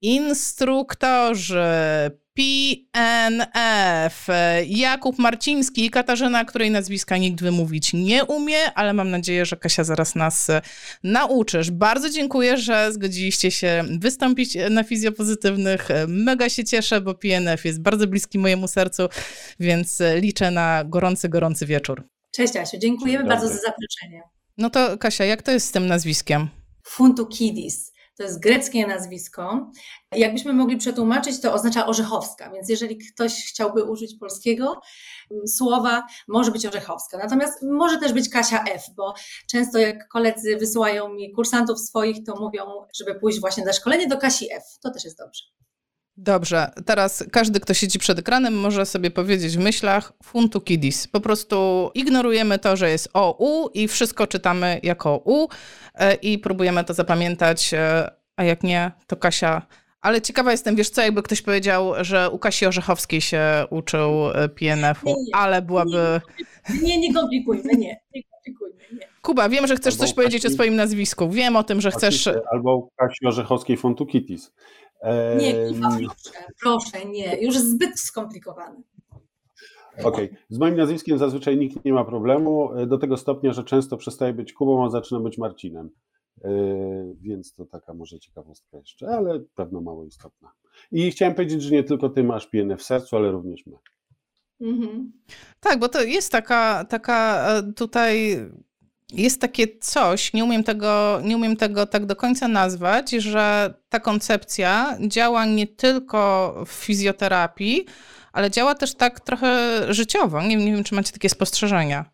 instruktorzy, PNF, Jakub Marciński i Katarzyna, której nazwiska nikt wymówić nie umie, ale mam nadzieję, że Kasia zaraz nas nauczysz. Bardzo dziękuję, że zgodziliście się wystąpić na Fizjopozytywnych. Mega się cieszę, bo PNF jest bardzo bliski mojemu sercu, więc liczę na gorący wieczór. Cześć Asiu, dziękujemy bardzo za zaproszenie. No to Kasia, jak to jest z tym nazwiskiem? Fountoukidis. To jest greckie nazwisko. Jakbyśmy mogli przetłumaczyć, to oznacza orzechowska, więc jeżeli ktoś chciałby użyć polskiego słowa, może być orzechowska. Natomiast może też być Kasia F, bo często jak koledzy wysyłają mi kursantów swoich, to mówią, żeby pójść właśnie na szkolenie do Kasi F. To też jest dobrze. Dobrze, teraz każdy, kto siedzi przed ekranem, może sobie powiedzieć w myślach Fountoukidis. Po prostu ignorujemy to, że jest OU i wszystko czytamy jako U i próbujemy to zapamiętać, a jak nie, to Kasia. Ale ciekawa jestem, wiesz co, jakby ktoś powiedział, że u Kasi Orzechowskiej się uczył PNF-u, ale byłaby... Nie komplikujmy, nie. Kuba, wiem, że chcesz coś powiedzieć o swoim nazwisku. Wiem o tym, że chcesz... Albo u Kasi Orzechowskiej Fountoukidis. Nie, proszę, nie. Już zbyt skomplikowane. Okej. Z moim nazwiskiem zazwyczaj nikt nie ma problemu, do tego stopnia, że często przestaje być Kubą, a zaczyna być Marcinem. Więc to taka może ciekawostka jeszcze, ale pewno mało istotna. I chciałem powiedzieć, że nie tylko ty masz PNF w sercu, ale również my. Mhm. Tak, bo to jest taka tutaj... Jest takie coś, nie umiem tego tak do końca nazwać, że ta koncepcja działa nie tylko w fizjoterapii, ale działa też tak trochę życiowo. Nie wiem, czy macie takie spostrzeżenia.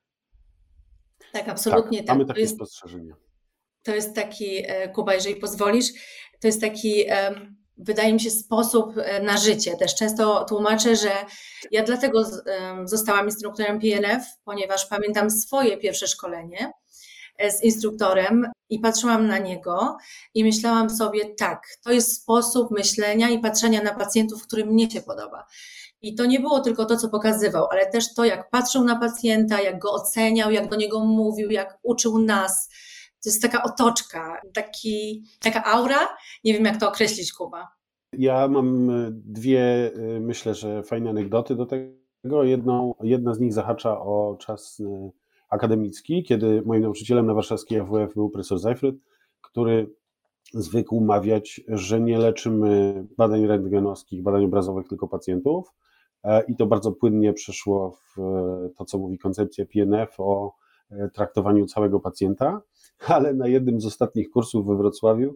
Tak, absolutnie tak. Mamy takie spostrzeżenia. To jest taki, Kuba, jeżeli pozwolisz, to jest taki... wydaje mi się, sposób na życie. Też często tłumaczę, że ja dlatego zostałam instruktorem PNF, ponieważ pamiętam swoje pierwsze szkolenie z instruktorem i patrzyłam na niego i myślałam sobie, tak, to jest sposób myślenia i patrzenia na pacjentów, który mnie się podoba. I to nie było tylko to, co pokazywał, ale też to, jak patrzył na pacjenta, jak go oceniał, jak do niego mówił, jak uczył nas. To jest taka otoczka, taka aura. Nie wiem, jak to określić, Kuba. Ja mam dwie, myślę, że fajne anegdoty do tego. Jedna z nich zahacza o czas akademicki, kiedy moim nauczycielem na warszawskiej AWF był profesor Seifert, który zwykł mawiać, że nie leczymy badań rentgenowskich, badań obrazowych, tylko pacjentów. I to bardzo płynnie przeszło w to, co mówi koncepcja PNF o traktowaniu całego pacjenta. Ale na jednym z ostatnich kursów we Wrocławiu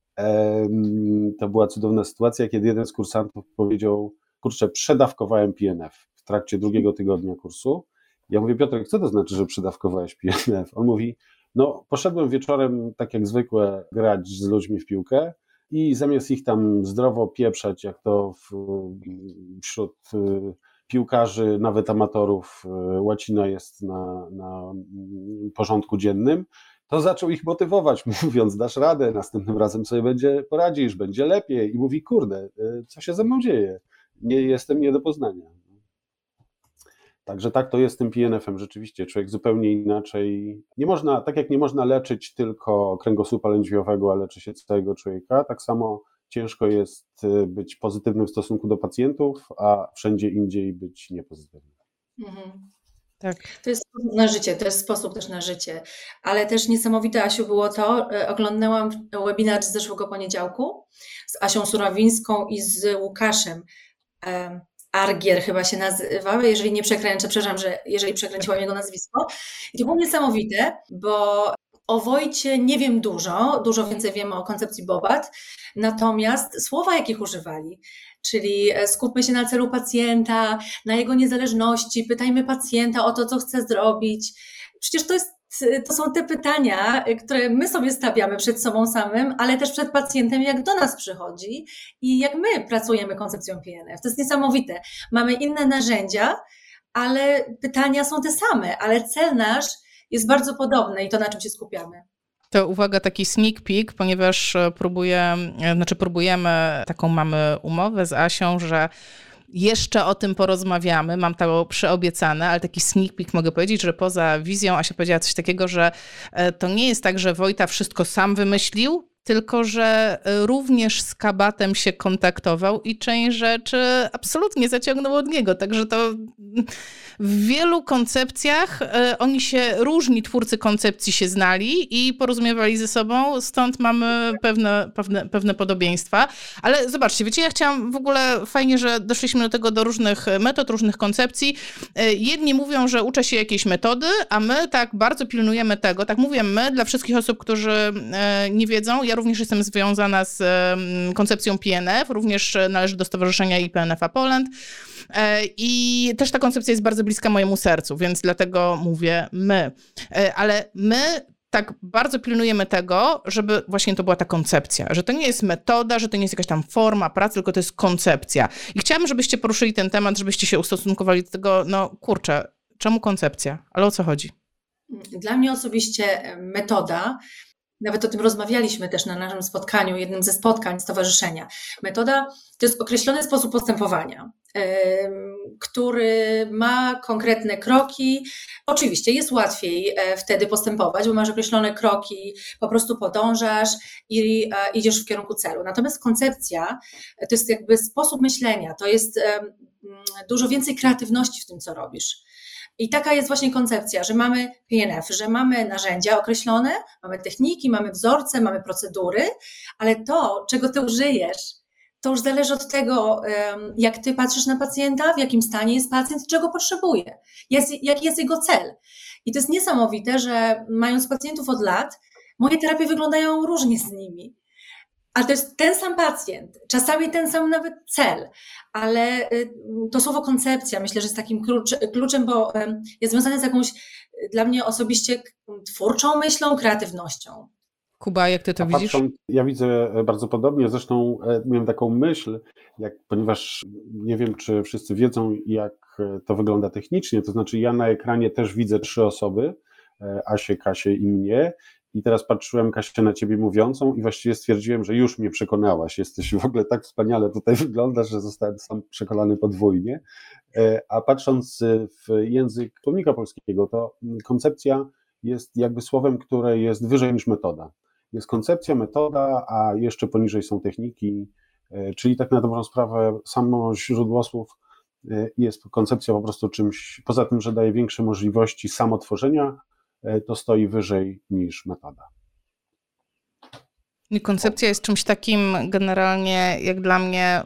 to była cudowna sytuacja, kiedy jeden z kursantów powiedział, kurczę, przedawkowałem PNF w trakcie drugiego tygodnia kursu. Ja mówię, Piotrek, co to znaczy, że przedawkowałeś PNF? On mówi, no poszedłem wieczorem, tak jak zwykle, grać z ludźmi w piłkę i zamiast ich tam zdrowo pieprzać, jak to wśród piłkarzy, nawet amatorów, łacina jest na porządku dziennym, to zaczął ich motywować, mówiąc, dasz radę, następnym razem sobie poradzisz, będzie lepiej. I mówi, kurde, co się ze mną dzieje? Nie jestem nie do poznania. Także tak to jest z tym PNF-em rzeczywiście. Człowiek zupełnie inaczej, nie można, tak jak nie można leczyć tylko kręgosłupa lędźwiowego, a leczy się całego człowieka, tak samo ciężko jest być pozytywnym w stosunku do pacjentów, a wszędzie indziej być niepozytywnym. Mhm. Tak. To jest sposób na życie, to jest sposób też na życie. Ale też niesamowite, Asiu, było to, oglądałam webinar z zeszłego poniedziałku z Asią Surawińską i z Łukaszem Argier chyba się nazywał, jeżeli nie przekręcę, przepraszam, że jeżeli przekręciłam jego nazwisko. I to było niesamowite, bo o Wojcie nie wiem dużo więcej wiemy o koncepcji Bobath, natomiast słowa, jakich używali, czyli skupmy się na celu pacjenta, na jego niezależności, pytajmy pacjenta o to, co chce zrobić. Przecież to są te pytania, które my sobie stawiamy przed sobą samym, ale też przed pacjentem, jak do nas przychodzi i jak my pracujemy koncepcją PNF. To jest niesamowite. Mamy inne narzędzia, ale pytania są te same, ale cel nasz jest bardzo podobny i to, na czym się skupiamy. To uwaga, taki sneak peek, ponieważ próbujemy, taką mamy umowę z Asią, że jeszcze o tym porozmawiamy, mam to przyobiecane, ale taki sneak peek mogę powiedzieć, że poza wizją Asia powiedziała coś takiego, że to nie jest tak, że Wojta wszystko sam wymyślił, tylko że również z Kabatem się kontaktował i część rzeczy absolutnie zaciągnął od niego. Także to w wielu koncepcjach oni się, różni twórcy koncepcji się znali i porozumiewali ze sobą, stąd mamy pewne podobieństwa. Ale zobaczcie, wiecie, ja chciałam w ogóle, fajnie, że doszliśmy do tego, do różnych metod, różnych koncepcji. Jedni mówią, że uczę się jakiejś metody, a my tak bardzo pilnujemy tego. Tak mówię my, dla wszystkich osób, którzy nie wiedzą, ja również jestem związana z koncepcją PNF, również należy do Stowarzyszenia IPNF Poland i też ta koncepcja jest bardzo bliska mojemu sercu, więc dlatego mówię my. Ale my tak bardzo pilnujemy tego, żeby właśnie to była ta koncepcja, że to nie jest metoda, że to nie jest jakaś tam forma pracy, tylko to jest koncepcja. I chciałabym, żebyście poruszyli ten temat, żebyście się ustosunkowali do tego, no kurczę, czemu koncepcja? Ale o co chodzi? Dla mnie osobiście metoda, nawet o tym rozmawialiśmy też na naszym spotkaniu, jednym ze spotkań stowarzyszenia. Metoda to jest określony sposób postępowania, który ma konkretne kroki. Oczywiście jest łatwiej wtedy postępować, bo masz określone kroki, po prostu podążasz i idziesz w kierunku celu. Natomiast koncepcja to jest jakby sposób myślenia, to jest dużo więcej kreatywności w tym, co robisz. I taka jest właśnie koncepcja, że mamy PNF, że mamy narzędzia określone, mamy techniki, mamy wzorce, mamy procedury, ale to, czego ty użyjesz, to już zależy od tego, jak ty patrzysz na pacjenta, w jakim stanie jest pacjent, czego potrzebuje, jaki jest jego cel. I to jest niesamowite, że mając pacjentów od lat, moje terapie wyglądają różnie z nimi. Ale to jest ten sam pacjent, czasami ten sam nawet cel, ale to słowo koncepcja myślę, że jest takim kluczem, bo jest związane z jakąś dla mnie osobiście twórczą myślą, kreatywnością. Kuba, jak ty to widzisz? Patrząc, ja widzę bardzo podobnie, zresztą miałem taką myśl, ponieważ nie wiem, czy wszyscy wiedzą, jak to wygląda technicznie, to znaczy ja na ekranie też widzę 3 osoby, Asię, Kasię i mnie. I teraz patrzyłem, Kasia, na ciebie mówiącą i właściwie stwierdziłem, że już mnie przekonałaś. Jesteś w ogóle tak wspaniale tutaj wyglądasz, że zostałem sam przekonany podwójnie. A patrząc w język słownika polskiego, to koncepcja jest jakby słowem, które jest wyżej niż metoda. Jest koncepcja, metoda, a jeszcze poniżej są techniki, czyli tak na dobrą sprawę samo źródło słów jest koncepcja po prostu czymś, poza tym, że daje większe możliwości samotworzenia, to stoi wyżej niż metoda. I koncepcja jest czymś takim generalnie, jak dla mnie,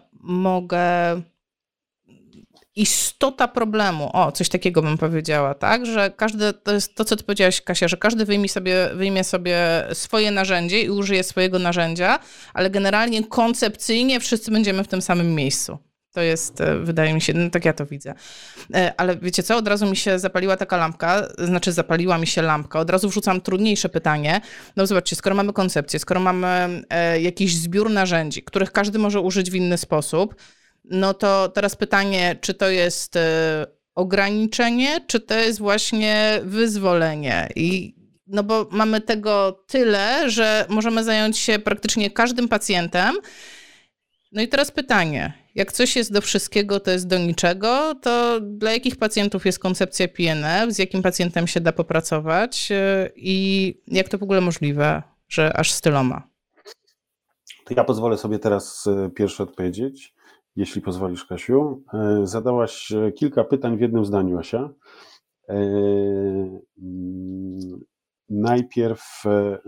istota problemu, coś takiego bym powiedziała, tak, że każdy, to jest to, co ty powiedziałaś, Kasia, że każdy wyjmie sobie swoje narzędzie i użyje swojego narzędzia, ale generalnie koncepcyjnie wszyscy będziemy w tym samym miejscu. To jest, wydaje mi się, no tak ja to widzę. Ale wiecie co, od razu mi się zapaliła taka lampka, zapaliła mi się lampka, od razu wrzucam trudniejsze pytanie. No zobaczcie, skoro mamy koncepcję, skoro mamy jakiś zbiór narzędzi, których każdy może użyć w inny sposób, no to teraz pytanie, czy to jest ograniczenie, czy to jest właśnie wyzwolenie? No bo mamy tego tyle, że możemy zająć się praktycznie każdym pacjentem. No i teraz pytanie, jak coś jest do wszystkiego, to jest do niczego, to dla jakich pacjentów jest koncepcja PNF, z jakim pacjentem się da popracować i jak to w ogóle możliwe, że aż z tyloma? To ja pozwolę sobie teraz pierwszy odpowiedzieć, jeśli pozwolisz, Kasiu. Zadałaś kilka pytań w jednym zdaniu, Asia. Najpierw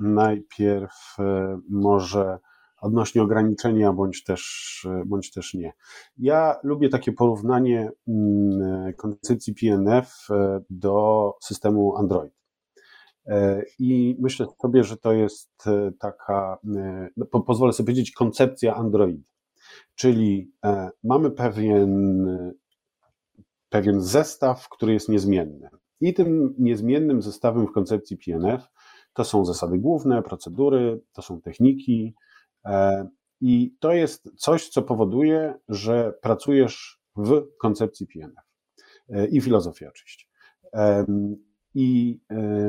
może odnośnie ograniczenia, bądź też nie. Ja lubię takie porównanie koncepcji PNF do systemu Android. I myślę sobie, że to jest taka, pozwolę sobie powiedzieć, koncepcja Android. Czyli mamy pewien zestaw, który jest niezmienny. I tym niezmiennym zestawem w koncepcji PNF to są zasady główne, procedury, to są techniki, i to jest coś, co powoduje, że pracujesz w koncepcji PNF i filozofii oczywiście. I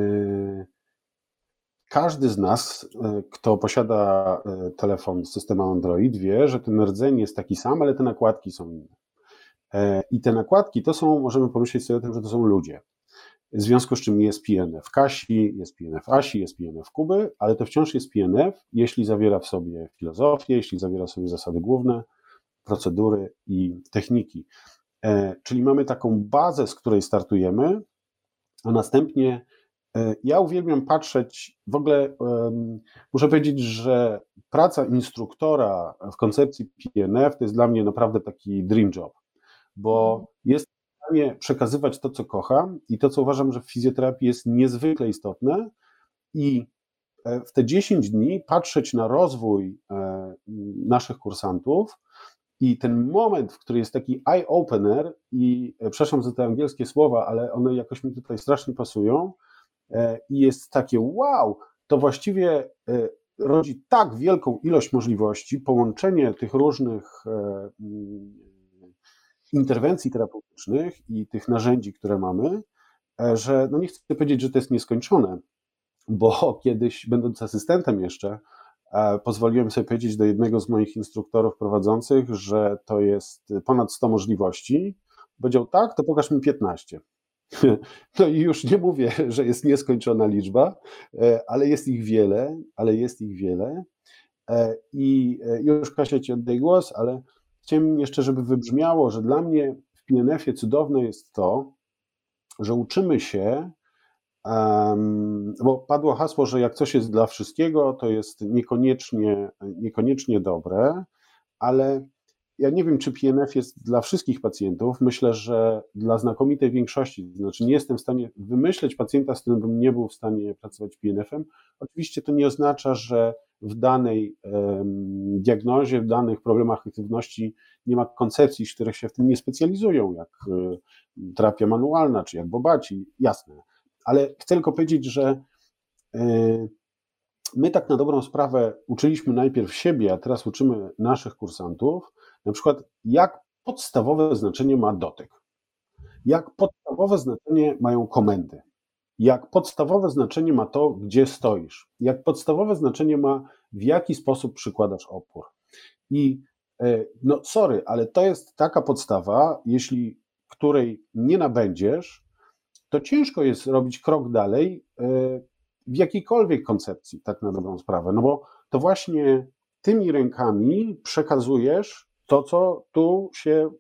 każdy z nas, kto posiada telefon z systemem Android, wie, że ten rdzeń jest taki sam, ale te nakładki są inne. I te nakładki to są, możemy pomyśleć sobie o tym, że to są ludzie. w związku z czym jest PNF Kasi, jest PNF Asi, jest PNF Kuby, ale to wciąż jest PNF, jeśli zawiera w sobie filozofię, jeśli zawiera w sobie zasady główne, procedury i techniki. Czyli mamy taką bazę, z której startujemy, a następnie ja uwielbiam patrzeć, w ogóle muszę powiedzieć, że praca instruktora w koncepcji PNF to jest dla mnie naprawdę taki dream job, bo jest w stanie przekazywać to, co kocham i to, co uważam, że w fizjoterapii jest niezwykle istotne i w te 10 dni patrzeć na rozwój naszych kursantów i ten moment, w który jest taki eye-opener i przepraszam za te angielskie słowa, ale one jakoś mi tutaj strasznie pasują i jest takie wow, to właściwie rodzi tak wielką ilość możliwości, połączenie tych różnych interwencji terapeutycznych i tych narzędzi, które mamy, że no nie chcę powiedzieć, że to jest nieskończone, bo kiedyś, będąc asystentem jeszcze, pozwoliłem sobie powiedzieć do jednego z moich instruktorów prowadzących, że to jest ponad 100 możliwości. Powiedział, tak, to pokaż mi 15. No i już nie mówię, że jest nieskończona liczba, ale jest ich wiele. I już Kasia Ci oddaję głos, ale chciałem jeszcze, żeby wybrzmiało, że dla mnie w PNF-ie cudowne jest to, że uczymy się, bo padło hasło, że jak coś jest dla wszystkiego, to jest niekoniecznie dobre, ale ja nie wiem, czy PNF jest dla wszystkich pacjentów. Myślę, że dla znakomitej większości, znaczy nie jestem w stanie wymyśleć pacjenta, z którym bym nie był w stanie pracować PNF-em. Oczywiście to nie oznacza, że w danej diagnozie, w danych problemach aktywności nie ma koncepcji, które się w tym nie specjalizują, jak terapia manualna, czy jak Bobaci, jasne. Ale chcę tylko powiedzieć, że my tak na dobrą sprawę uczyliśmy najpierw siebie, a teraz uczymy naszych kursantów, na przykład jak podstawowe znaczenie ma dotyk, jak podstawowe znaczenie mają komendy, jak podstawowe znaczenie ma to, gdzie stoisz, jak podstawowe znaczenie ma, w jaki sposób przykładasz opór. I no sorry, ale to jest taka podstawa, jeśli której nie nabędziesz, to ciężko jest robić krok dalej w jakiejkolwiek koncepcji, tak na dobrą sprawę, no bo to właśnie tymi rękami przekazujesz to, co tu się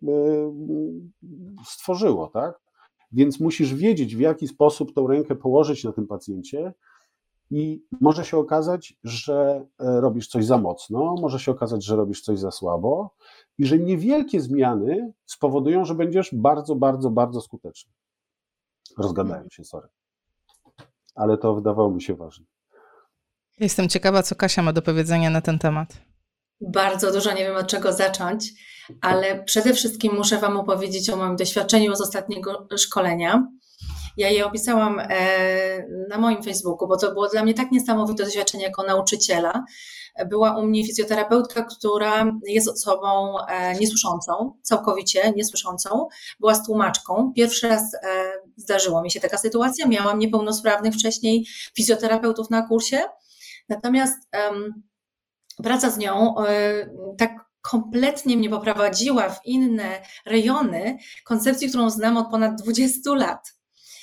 stworzyło, tak? Więc musisz wiedzieć, w jaki sposób tą rękę położyć na tym pacjencie i może się okazać, że robisz coś za mocno, może się okazać, że robisz coś za słabo i że niewielkie zmiany spowodują, że będziesz bardzo, bardzo, bardzo skuteczny. Rozgadałem się, sorry. Ale to wydawało mi się ważne. Jestem ciekawa, co Kasia ma do powiedzenia na ten temat. Bardzo dużo, nie wiem od czego zacząć, ale przede wszystkim muszę Wam opowiedzieć o moim doświadczeniu z ostatniego szkolenia. Ja je opisałam na moim Facebooku, bo to było dla mnie tak niesamowite doświadczenie jako nauczyciela. Była u mnie fizjoterapeutka, która jest osobą niesłyszącą, całkowicie niesłyszącą. Była z tłumaczką. Pierwszy raz zdarzyła mi się taka sytuacja. Miałam niepełnosprawnych wcześniej fizjoterapeutów na kursie. Natomiast praca z nią tak kompletnie mnie poprowadziła w inne rejony koncepcji, którą znam od ponad 20 lat.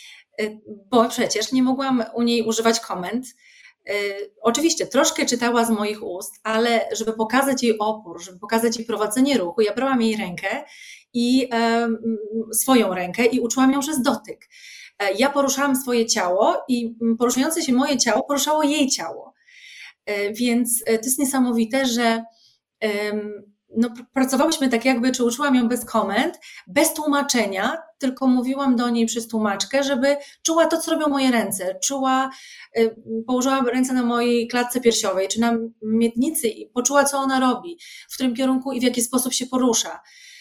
Bo przecież nie mogłam u niej używać komend. Oczywiście troszkę czytała z moich ust, ale żeby pokazać jej opór, żeby pokazać jej prowadzenie ruchu, ja brałam jej rękę i swoją rękę i uczyłam ją przez dotyk. Ja poruszałam swoje ciało i poruszające się moje ciało poruszało jej ciało. Więc to jest niesamowite, że no, pracowałyśmy tak jakby, czy uczyłam ją bez komend, bez tłumaczenia, tylko mówiłam do niej przez tłumaczkę, żeby czuła to, co robią moje ręce, położyła ręce na mojej klatce piersiowej, czy na miednicy i poczuła, co ona robi, w którym kierunku i w jaki sposób się porusza.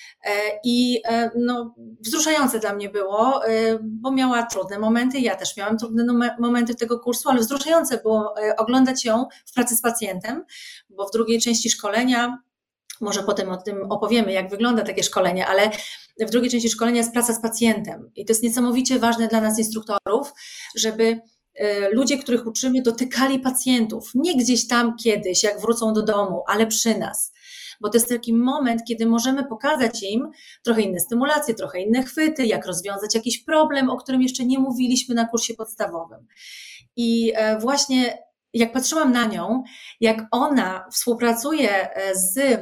I no, wzruszające dla mnie było, bo miała trudne momenty, ja też miałam trudne momenty tego kursu, ale wzruszające było oglądać ją w pracy z pacjentem, bo w drugiej części szkolenia, może potem o tym opowiemy, jak wygląda takie szkolenie, ale w drugiej części szkolenia jest praca z pacjentem i to jest niesamowicie ważne dla nas instruktorów, żeby ludzie, których uczymy, dotykali pacjentów, nie gdzieś tam kiedyś, jak wrócą do domu, ale przy nas. bo to jest taki moment, kiedy możemy pokazać im trochę inne stymulacje, trochę inne chwyty, jak rozwiązać jakiś problem, o którym jeszcze nie mówiliśmy na kursie podstawowym. I właśnie jak patrzyłam na nią, jak ona współpracuje z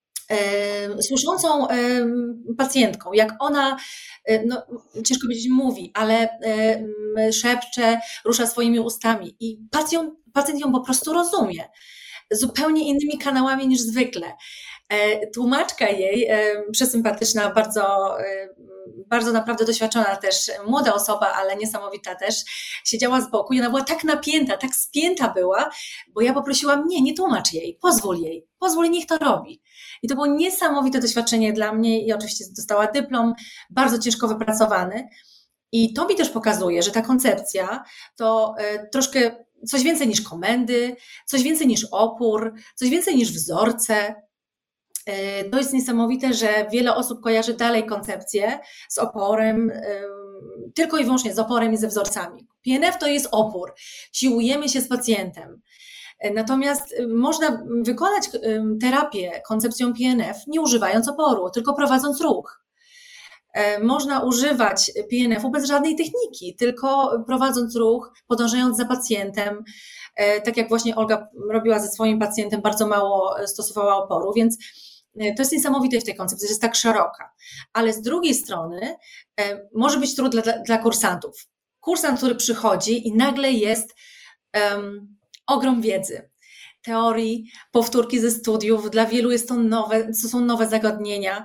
słyszącą pacjentką, jak ona, no, ciężko powiedzieć mówi, ale szepcze, rusza swoimi ustami i pacjent ją po prostu rozumie zupełnie innymi kanałami niż zwykle. Tłumaczka jej, przesympatyczna, bardzo naprawdę doświadczona też, młoda osoba, ale niesamowita też, siedziała z boku i ona była tak napięta, tak spięta była, bo ja poprosiłam, nie tłumacz jej, pozwól, niech to robi. I to było niesamowite doświadczenie dla mnie i oczywiście dostała dyplom, bardzo ciężko wypracowany. I to mi też pokazuje, że ta koncepcja to troszkę coś więcej niż komendy, coś więcej niż opór, coś więcej niż wzorce. To jest niesamowite, że wiele osób kojarzy dalej koncepcję z oporem, tylko i wyłącznie z oporem i ze wzorcami. PNF to jest opór, siłujemy się z pacjentem. Natomiast można wykonać terapię koncepcją PNF nie używając oporu, tylko prowadząc ruch. Można używać PNF-u bez żadnej techniki, tylko prowadząc ruch, podążając za pacjentem, tak jak właśnie Olga robiła ze swoim pacjentem, bardzo mało stosowała oporu, więc to jest niesamowite w tej koncepcji, że jest tak szeroka. Ale z drugiej strony może być trudne dla kursantów. Kursant, który przychodzi i nagle jest ogrom wiedzy, teorii, powtórki ze studiów, dla wielu jest to są nowe zagadnienia,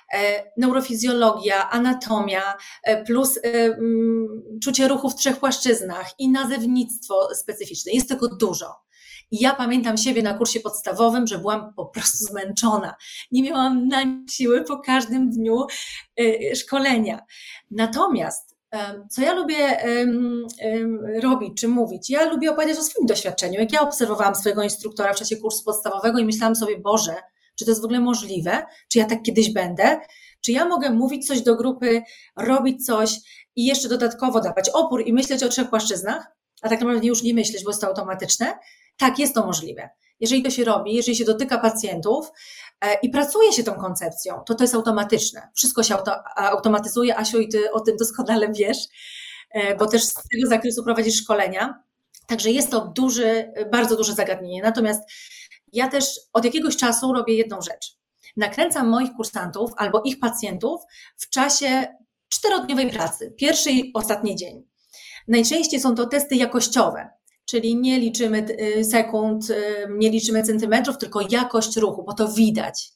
neurofizjologia, anatomia, plus czucie ruchu w 3 płaszczyznach i nazewnictwo specyficzne. Jest tego dużo. I ja pamiętam siebie na kursie podstawowym, że byłam po prostu zmęczona. Nie miałam na siły po każdym dniu szkolenia. Natomiast co ja lubię robić czy mówić? Ja lubię opowiadać o swoim doświadczeniu. Jak ja obserwowałam swojego instruktora w czasie kursu podstawowego i myślałam sobie, Boże, czy to jest w ogóle możliwe? Czy ja tak kiedyś będę? Czy ja mogę mówić coś do grupy, robić coś i jeszcze dodatkowo dawać opór i myśleć o 3 płaszczyznach? A tak naprawdę już nie myśleć, bo jest to automatyczne? Tak, jest to możliwe. Jeżeli to się robi, jeżeli się dotyka pacjentów i pracuje się tą koncepcją, to jest automatyczne. Wszystko się automatyzuje. Asiu, i ty o tym doskonale wiesz, bo też z tego zakresu prowadzisz szkolenia. Także jest to bardzo duże zagadnienie. Natomiast ja też od jakiegoś czasu robię jedną rzecz. Nakręcam moich kursantów albo ich pacjentów w czasie 4-dniowej pracy, pierwszy i ostatni dzień. Najczęściej są to testy jakościowe, czyli nie liczymy sekund, nie liczymy centymetrów, tylko jakość ruchu, bo to widać.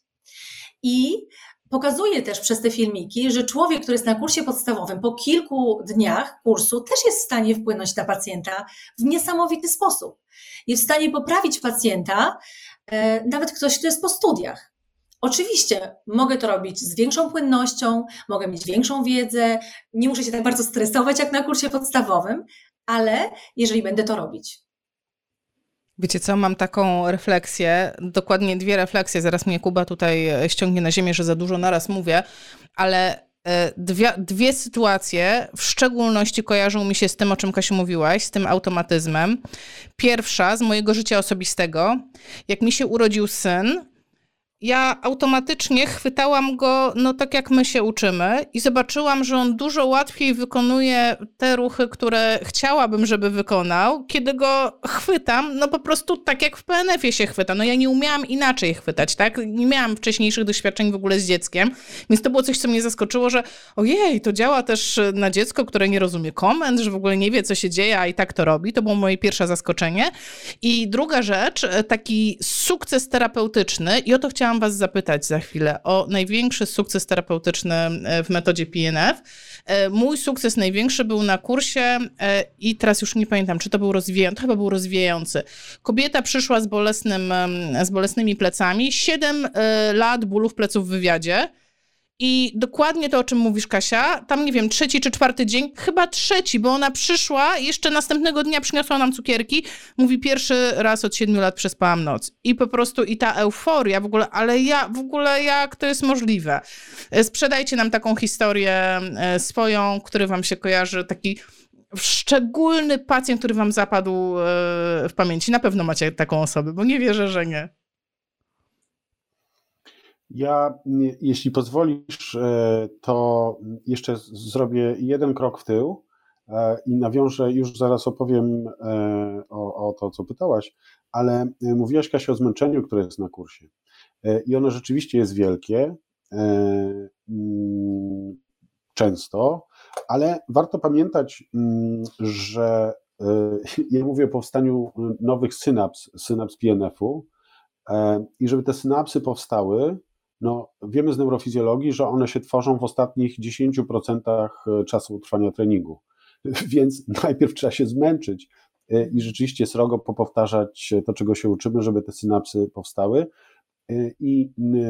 I pokazuję też przez te filmiki, że człowiek, który jest na kursie podstawowym, po kilku dniach kursu też jest w stanie wpłynąć na pacjenta w niesamowity sposób. Jest w stanie poprawić pacjenta, nawet ktoś, kto jest po studiach. Oczywiście mogę to robić z większą płynnością, mogę mieć większą wiedzę, nie muszę się tak bardzo stresować jak na kursie podstawowym, ale jeżeli będę to robić. Wiecie co, mam taką refleksję, dokładnie 2 refleksje, zaraz mnie Kuba tutaj ściągnie na ziemię, że za dużo naraz mówię, ale dwie sytuacje w szczególności kojarzą mi się z tym, o czym Kasiu mówiłaś, z tym automatyzmem. Pierwsza z mojego życia osobistego, jak mi się urodził syn, ja automatycznie chwytałam go, no tak jak my się uczymy i zobaczyłam, że on dużo łatwiej wykonuje te ruchy, które chciałabym, żeby wykonał, kiedy go chwytam, no po prostu tak jak w PNF-ie się chwyta. No ja nie umiałam inaczej chwytać, tak? Nie miałam wcześniejszych doświadczeń w ogóle z dzieckiem, więc to było coś, co mnie zaskoczyło, że ojej, to działa też na dziecko, które nie rozumie komend, że w ogóle nie wie, co się dzieje, a i tak to robi. To było moje pierwsze zaskoczenie. I druga rzecz, taki sukces terapeutyczny i o to chciałam was zapytać za chwilę o największy sukces terapeutyczny w metodzie PNF. Mój sukces największy był na kursie i teraz już nie pamiętam, czy to był rozwijający, to chyba był rozwijający. Kobieta przyszła z bolesnymi plecami, 7 lat bólów pleców w wywiadzie. I dokładnie to, o czym mówisz, Kasia, tam nie wiem, 3. czy 4. dzień, chyba 3, bo ona przyszła, jeszcze następnego dnia przyniosła nam cukierki, mówi, pierwszy raz od 7 lat przespałam noc. I po prostu i ta euforia w ogóle, ale jak to jest możliwe? Sprzedajcie nam taką historię swoją, który wam się kojarzy, taki szczególny pacjent, który wam zapadł w pamięci. Na pewno macie taką osobę, bo nie wierzę, że nie. Jeśli pozwolisz, to jeszcze zrobię jeden krok w tył i nawiążę, już zaraz opowiem o to, co pytałaś, ale mówiłaś, Kasia, o zmęczeniu, które jest na kursie. I ono rzeczywiście jest wielkie, często, ale warto pamiętać, że ja mówię o powstaniu nowych synaps PNF-u, i żeby te synapsy powstały, no wiemy z neurofizjologii, że one się tworzą w ostatnich 10% czasu trwania treningu. Więc najpierw trzeba się zmęczyć i rzeczywiście srogo popowtarzać to, czego się uczymy, żeby te synapsy powstały. I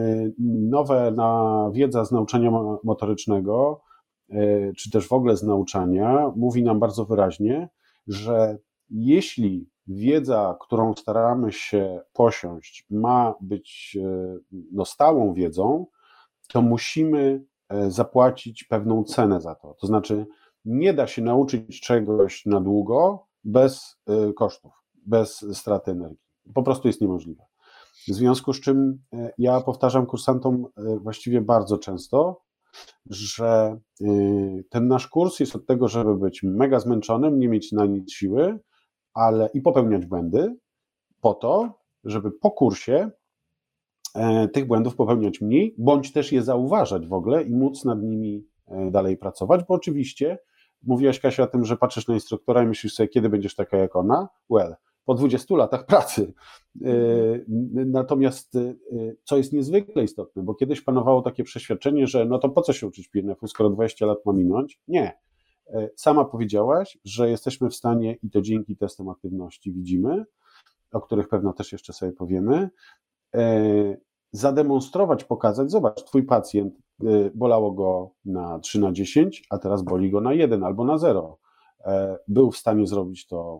nowa wiedza z nauczania motorycznego, czy też w ogóle z nauczania, mówi nam bardzo wyraźnie, że jeśli wiedza, którą staramy się posiąść, ma być stałą wiedzą, to musimy zapłacić pewną cenę za to. To znaczy, nie da się nauczyć czegoś na długo bez kosztów, bez straty energii. Po prostu jest niemożliwe. W związku z czym ja powtarzam kursantom właściwie bardzo często, że ten nasz kurs jest od tego, żeby być mega zmęczonym, nie mieć na nic siły, ale i popełniać błędy, po to, żeby po kursie tych błędów popełniać mniej, bądź też je zauważać w ogóle i móc nad nimi dalej pracować, bo oczywiście mówiłaś, Kasia, o tym, że patrzysz na instruktora i myślisz sobie, kiedy będziesz taka jak ona? Po 20 latach pracy. Natomiast co jest niezwykle istotne, bo kiedyś panowało takie przeświadczenie, że no to po co się uczyć PNF-u, skoro 20 lat ma minąć? Nie. Sama powiedziałaś, że jesteśmy w stanie, i to dzięki testom aktywności widzimy, o których pewno też jeszcze sobie powiemy, zademonstrować, pokazać, zobacz, twój pacjent, bolało go na 3/10, a teraz boli go na 1 albo na 0. Był w stanie zrobić to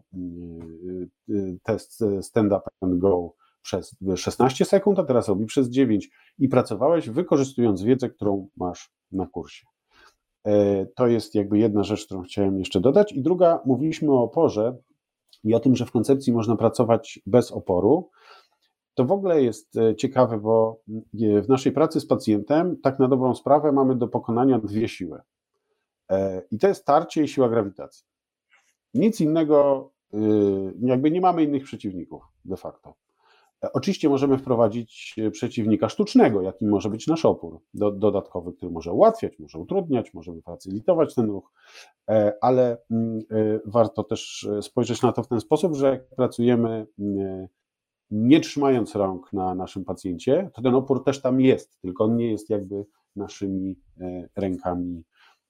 test stand up and go przez 16 sekund, a teraz robi przez 9 i pracowałeś wykorzystując wiedzę, którą masz na kursie. To jest jakby jedna rzecz, którą chciałem jeszcze dodać. I druga, mówiliśmy o oporze i o tym, że w koncepcji można pracować bez oporu. To w ogóle jest ciekawe, bo w naszej pracy z pacjentem tak na dobrą sprawę mamy do pokonania dwie siły. I to jest tarcie i siła grawitacji. Nic innego, jakby nie mamy innych przeciwników de facto. Oczywiście możemy wprowadzić przeciwnika sztucznego, jakim może być nasz opór dodatkowy, który może ułatwiać, może utrudniać, może facylitować ten ruch, ale warto też spojrzeć na to w ten sposób, że jak pracujemy nie trzymając rąk na naszym pacjencie, to ten opór też tam jest, tylko on nie jest jakby naszymi rękami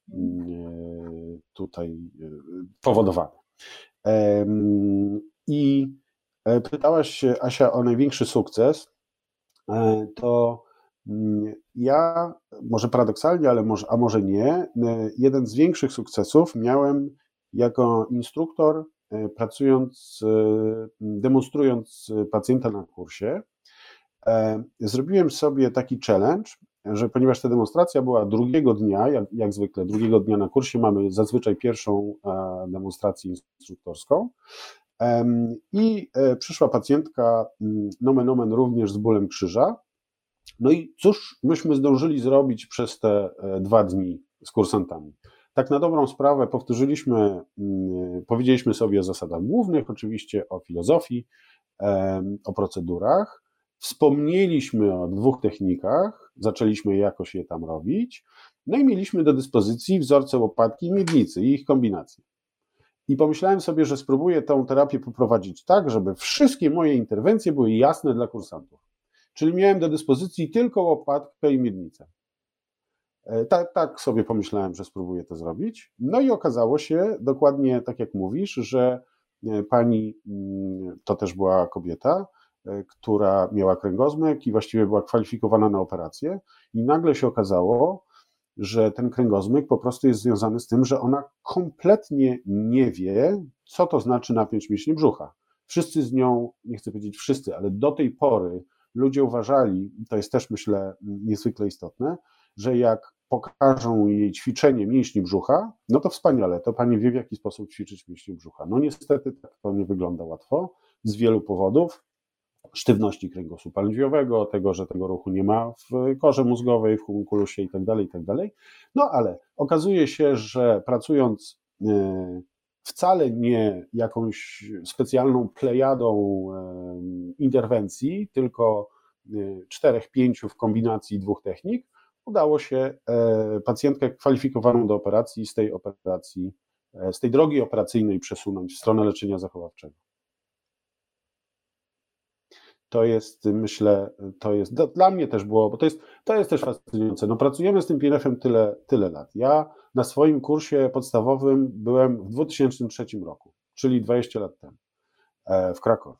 tutaj powodowany. I pytałaś się, Asia, o największy sukces. To ja, może paradoksalnie, a może nie, jeden z większych sukcesów miałem jako instruktor, pracując, demonstrując pacjenta na kursie. Zrobiłem sobie taki challenge, że ponieważ ta demonstracja była drugiego dnia, jak zwykle, drugiego dnia na kursie mamy zazwyczaj pierwszą demonstrację instruktorską, i przyszła pacjentka, nomen omen, również z bólem krzyża. No i cóż myśmy zdążyli zrobić przez te 2 dni z kursantami? Tak na dobrą sprawę powiedzieliśmy sobie o zasadach głównych, oczywiście o filozofii, o procedurach, wspomnieliśmy o 2 technikach, zaczęliśmy jakoś je tam robić, no i mieliśmy do dyspozycji wzorce łopatki i miednicy i ich kombinacje. I pomyślałem sobie, że spróbuję tę terapię poprowadzić tak, żeby wszystkie moje interwencje były jasne dla kursantów. Czyli miałem do dyspozycji tylko łopatkę i miednicę. Tak sobie pomyślałem, że spróbuję to zrobić. No i okazało się, dokładnie tak jak mówisz, że pani, to też była kobieta, która miała kręgozmyk i właściwie była kwalifikowana na operację i nagle się okazało, że ten kręgozmyk po prostu jest związany z tym, że ona kompletnie nie wie, co to znaczy napiąć mięśnie brzucha. Wszyscy z nią, nie chcę powiedzieć wszyscy, ale do tej pory ludzie uważali, to jest też myślę niezwykle istotne, że jak pokażą jej ćwiczenie mięśni brzucha, no to wspaniale, to pani wie, w jaki sposób ćwiczyć mięśnie brzucha. No niestety tak to nie wygląda łatwo, z wielu powodów. sztywności kręgosłupa lędźwiowego, tego, że tego ruchu nie ma w korze mózgowej, w homunculusie i tak dalej. No ale okazuje się, że pracując wcale nie jakąś specjalną plejadą interwencji, tylko 4-5 w kombinacji 2 technik, udało się pacjentkę kwalifikowaną do operacji z tej drogi operacyjnej przesunąć w stronę leczenia zachowawczego. To jest, myślę, dla mnie też było, bo to jest też fascynujące. No, pracujemy z tym PNF-em tyle lat. Ja na swoim kursie podstawowym byłem w 2003 roku, czyli 20 lat temu w Krakowie.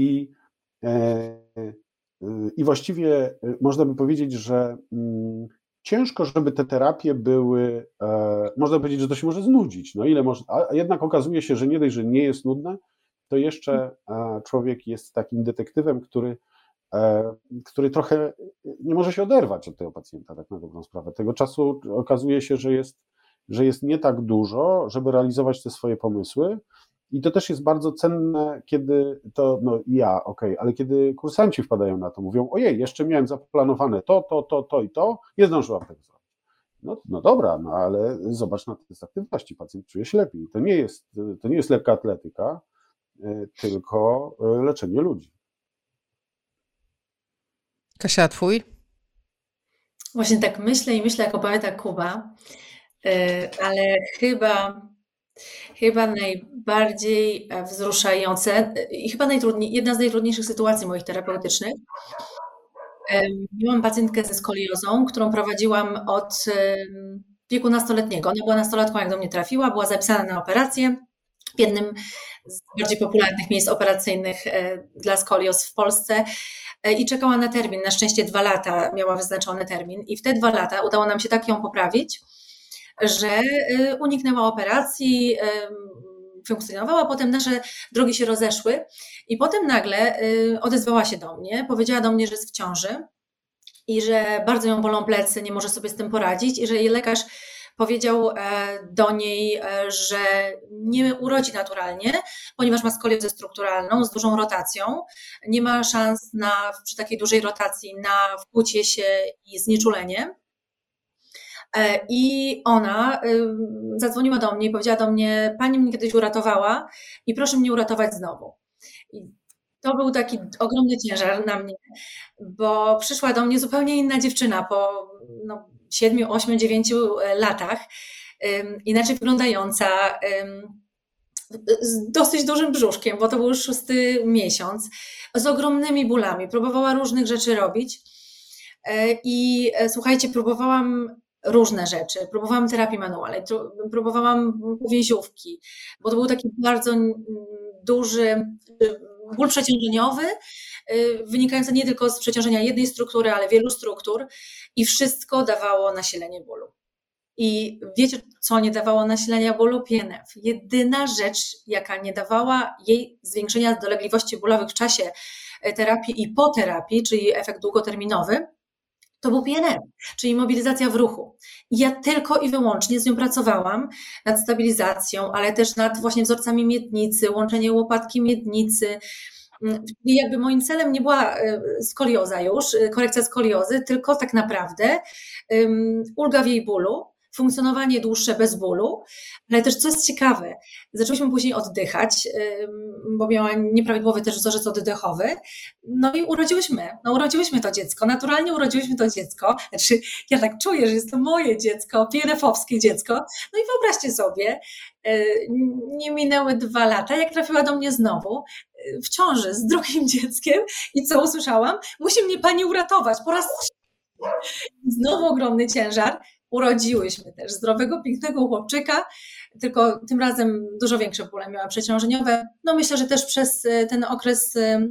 I właściwie można by powiedzieć, że ciężko, żeby te terapie były, można powiedzieć, że to się może znudzić. No ile może, a jednak okazuje się, że nie dość, że nie jest nudne, to jeszcze człowiek jest takim detektywem, który trochę nie może się oderwać od tego pacjenta, tak na dobrą sprawę. Tego czasu okazuje się, że jest nie tak dużo, żeby realizować te swoje pomysły. I to też jest bardzo cenne, kiedy to, ale kiedy kursanci wpadają na to, mówią, ojej, jeszcze miałem zaplanowane to i to, nie zdążyłam tego zrobić. No dobra, ale zobacz na test aktywności, pacjent czuje się lepiej. To nie jest lekka atletyka, tylko leczenie ludzi. Kasia, a twój? Właśnie tak myślę jak opowiada Kuba, ale chyba najbardziej wzruszające i chyba jedna z najtrudniejszych sytuacji moich terapeutycznych. Miałam pacjentkę ze skoliozą, którą prowadziłam od wieku nastoletniego. Ona była nastolatką, jak do mnie trafiła, była zapisana na operację w jednym z bardziej popularnych miejsc operacyjnych dla skolioz w Polsce i czekała na termin. Na szczęście 2 lata miała wyznaczony termin i w te 2 lata udało nam się tak ją poprawić, że uniknęła operacji, funkcjonowała, potem nasze drogi się rozeszły i potem nagle odezwała się do mnie, powiedziała do mnie, że jest w ciąży i że bardzo ją bolą plecy, nie może sobie z tym poradzić i że jej lekarz powiedział do niej, że nie urodzi naturalnie, ponieważ ma skoliozę strukturalną z dużą rotacją, nie ma szans przy takiej dużej rotacji na wkłucie się i znieczulenie. I ona zadzwoniła do mnie i powiedziała do mnie, pani mnie kiedyś uratowała i proszę mnie uratować znowu. I to był taki ogromny ciężar na mnie, bo przyszła do mnie zupełnie inna dziewczyna po 7, 8, 9 latach, inaczej wyglądająca, z dosyć dużym brzuszkiem, bo to był już 6. miesiąc, z ogromnymi bólami. Próbowała różnych rzeczy robić i słuchajcie, próbowałam różne rzeczy. Próbowałam terapii manualnej, próbowałam powięziówki, bo to był taki bardzo duży ból przeciążeniowy, wynikający nie tylko z przeciążenia jednej struktury, ale wielu struktur i wszystko dawało nasilenie bólu. I wiecie, co nie dawało nasilenia bólu? PNF. Jedyna rzecz, jaka nie dawała jej zwiększenia dolegliwości bólowych w czasie terapii i po terapii, czyli efekt długoterminowy, to był PNF, czyli mobilizacja w ruchu. I ja tylko i wyłącznie z nią pracowałam nad stabilizacją, ale też nad właśnie wzorcami miednicy, łączenie łopatki miednicy. I jakby moim celem nie była skolioza już, korekcja skoliozy, tylko tak naprawdę ulga w jej bólu, funkcjonowanie dłuższe bez bólu, ale też co jest ciekawe, zaczęłyśmy później oddychać, bo miała nieprawidłowy też wzorzec oddechowy, no i urodziłyśmy to dziecko, naturalnie urodziłyśmy to dziecko, znaczy ja tak czuję, że jest to moje dziecko, PNF-owskie dziecko, no i wyobraźcie sobie, nie minęły 2 lata, jak trafiła do mnie znowu w ciąży z drugim dzieckiem i co usłyszałam? Musi mnie pani uratować, po raz 3. Znowu ogromny ciężar. Urodziłyśmy też zdrowego, pięknego chłopczyka, tylko tym razem dużo większe bóle miała przeciążeniowe. No myślę, że też przez ten okres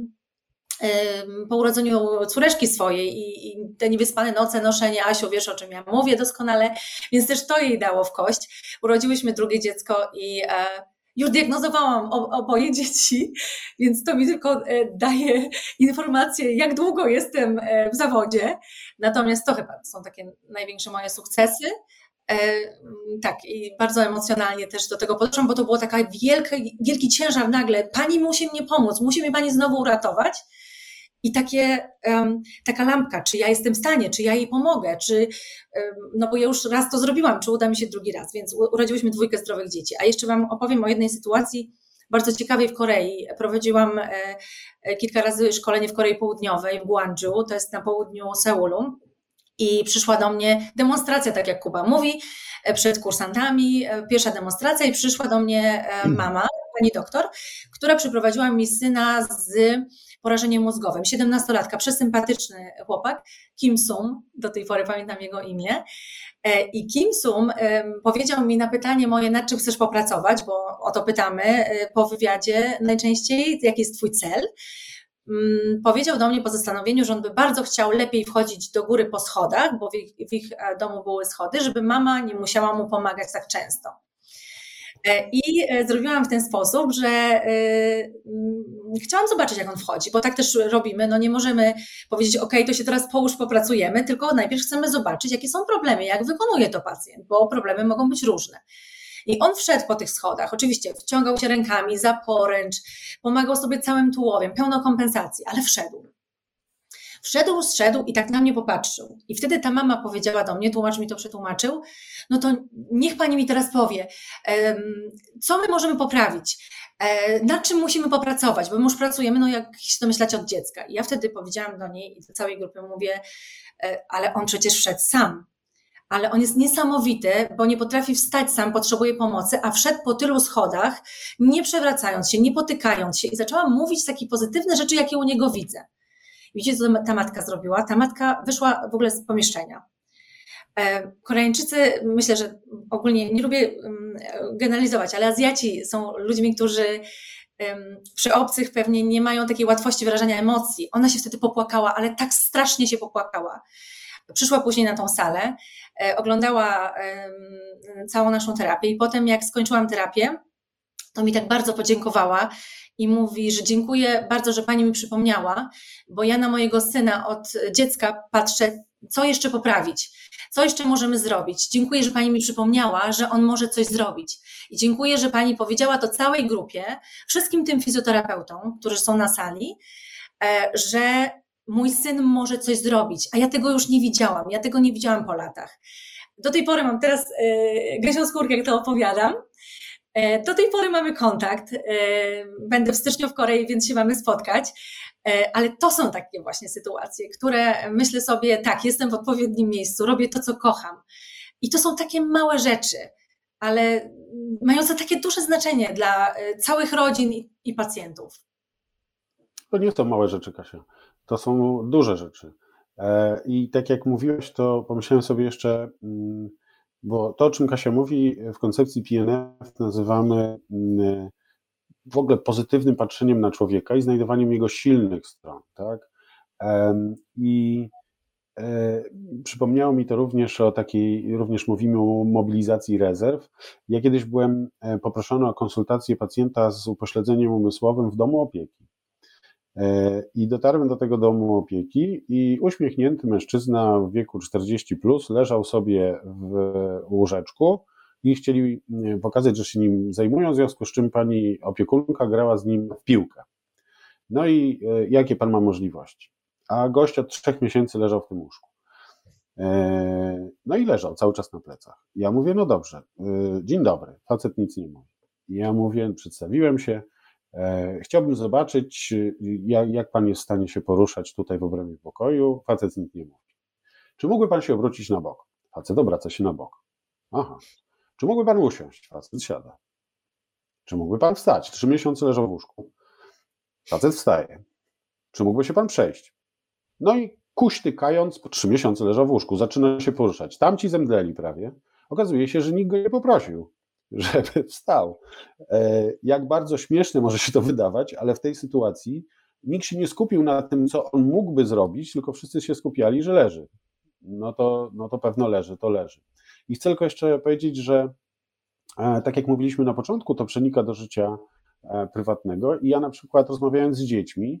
po urodzeniu córeczki swojej i te niewyspane noce, noszenie, Asiu, wiesz o czym ja mówię doskonale, więc też to jej dało w kość. Urodziłyśmy drugie dziecko i już diagnozowałam oboje dzieci, więc to mi tylko daje informację, jak długo jestem w zawodzie. Natomiast to chyba są takie największe moje sukcesy. Tak, i bardzo emocjonalnie też do tego podeszłam, bo to było taki wielki ciężar nagle. Pani musi mnie pomóc, musi mnie pani znowu uratować. I taka lampka, czy ja jestem w stanie, czy ja jej pomogę, no bo ja już raz to zrobiłam, czy uda mi się drugi raz, więc urodziłyśmy 2 zdrowych dzieci. A jeszcze wam opowiem o jednej sytuacji bardzo ciekawej w Korei. Prowadziłam kilka razy szkolenie w Korei Południowej, w Gwangju, to jest na południu Seulu. I przyszła do mnie demonstracja, tak jak Kuba mówi, przed kursantami, pierwsza demonstracja i przyszła do mnie mama, pani doktor, która przyprowadziła mi syna z porażeniem mózgowym, 17-latka, przesympatyczny chłopak, Kim Sum, do tej pory pamiętam jego imię. I Kim Sum powiedział mi na pytanie moje, nad czym chcesz popracować, bo o to pytamy po wywiadzie najczęściej, jaki jest twój cel. Powiedział do mnie po zastanowieniu, że on by bardzo chciał lepiej wchodzić do góry po schodach, bo w ich domu były schody, żeby mama nie musiała mu pomagać tak często. I zrobiłam w ten sposób, że chciałam zobaczyć, jak on wchodzi, bo tak też robimy, no nie możemy powiedzieć, ok, to się teraz połóż, popracujemy, tylko najpierw chcemy zobaczyć, jakie są problemy, jak wykonuje to pacjent, bo problemy mogą być różne. I on wszedł po tych schodach, oczywiście wciągał się rękami za poręcz, pomagał sobie całym tułowiem, pełno kompensacji, ale wszedł. Zszedł i tak na mnie popatrzył. I wtedy ta mama powiedziała do mnie, tłumacz mi to przetłumaczył, no to niech pani mi teraz powie, co my możemy poprawić, nad czym musimy popracować, bo my już pracujemy, no jak się domyślać od dziecka. I ja wtedy powiedziałam do niej i do całej grupy mówię, ale on przecież wszedł sam. Ale on jest niesamowity, bo nie potrafi wstać sam, potrzebuje pomocy, a wszedł po tylu schodach, nie przewracając się, nie potykając się i zaczęłam mówić takie pozytywne rzeczy, jakie u niego widzę. Widzicie, co ta matka zrobiła? Ta matka wyszła w ogóle z pomieszczenia. Koreańczycy, myślę, że ogólnie nie lubię generalizować, ale Azjaci są ludźmi, którzy przy obcych pewnie nie mają takiej łatwości wyrażania emocji. Ona się wtedy popłakała, ale tak strasznie się popłakała. Przyszła później na tą salę, oglądała całą naszą terapię i potem jak skończyłam terapię, to mi tak bardzo podziękowała i mówi, że dziękuję bardzo, że pani mi przypomniała, bo ja na mojego syna od dziecka patrzę, co jeszcze poprawić, co jeszcze możemy zrobić. Dziękuję, że pani mi przypomniała, że on może coś zrobić. I dziękuję, że pani powiedziała to całej grupie, wszystkim tym fizjoterapeutom, którzy są na sali, że mój syn może coś zrobić, a ja tego już nie widziałam, ja tego nie widziałam po latach. Do tej pory mam teraz gęsią skórkę, jak to opowiadam. Do tej pory mamy kontakt, będę w styczniu w Korei, więc się mamy spotkać, ale to są takie właśnie sytuacje, które myślę sobie, tak, jestem w odpowiednim miejscu, robię to, co kocham. I to są takie małe rzeczy, ale mające takie duże znaczenie dla całych rodzin i pacjentów. To nie są małe rzeczy, Kasia. To są duże rzeczy. I tak jak mówiłeś, to pomyślałem sobie jeszcze, bo to, o czym Kasia mówi, w koncepcji PNF nazywamy w ogóle pozytywnym patrzeniem na człowieka i znajdowaniem jego silnych stron, tak? I przypomniało mi to również o takiej, również mówimy o mobilizacji rezerw. Ja kiedyś byłem poproszony o konsultację pacjenta z upośledzeniem umysłowym w domu opieki. I dotarłem do tego domu opieki i uśmiechnięty mężczyzna w wieku 40+ leżał sobie w łóżeczku i chcieli pokazać, że się nim zajmują, w związku z czym pani opiekunka grała z nim w piłkę. No i jakie pan ma możliwości? A gość od 3 miesięcy leżał w tym łóżku. No i leżał cały czas na plecach. Ja mówię, no dobrze, dzień dobry, facet nic nie mówi. Ja mówię, przedstawiłem się, chciałbym zobaczyć, jak pan jest w stanie się poruszać tutaj w obrębie pokoju. Facet nic nie mówi. Czy mógłby pan się obrócić na bok? Facet obraca się na bok. Aha. Czy mógłby pan usiąść? Facet siada. Czy mógłby pan wstać? 3 miesiące leżał w łóżku. Facet wstaje. Czy mógłby się pan przejść? No i kuśtykając, po 3 miesiące leżał w łóżku, zaczyna się poruszać. Tamci zemdleli prawie. Okazuje się, że nikt go nie poprosił, żeby wstał. Jak bardzo śmieszne może się to wydawać, ale w tej sytuacji nikt się nie skupił na tym, co on mógłby zrobić, tylko wszyscy się skupiali, że leży. No to pewno leży, to leży. I chcę tylko jeszcze powiedzieć, że tak jak mówiliśmy na początku, to przenika do życia prywatnego i ja na przykład rozmawiając z dziećmi,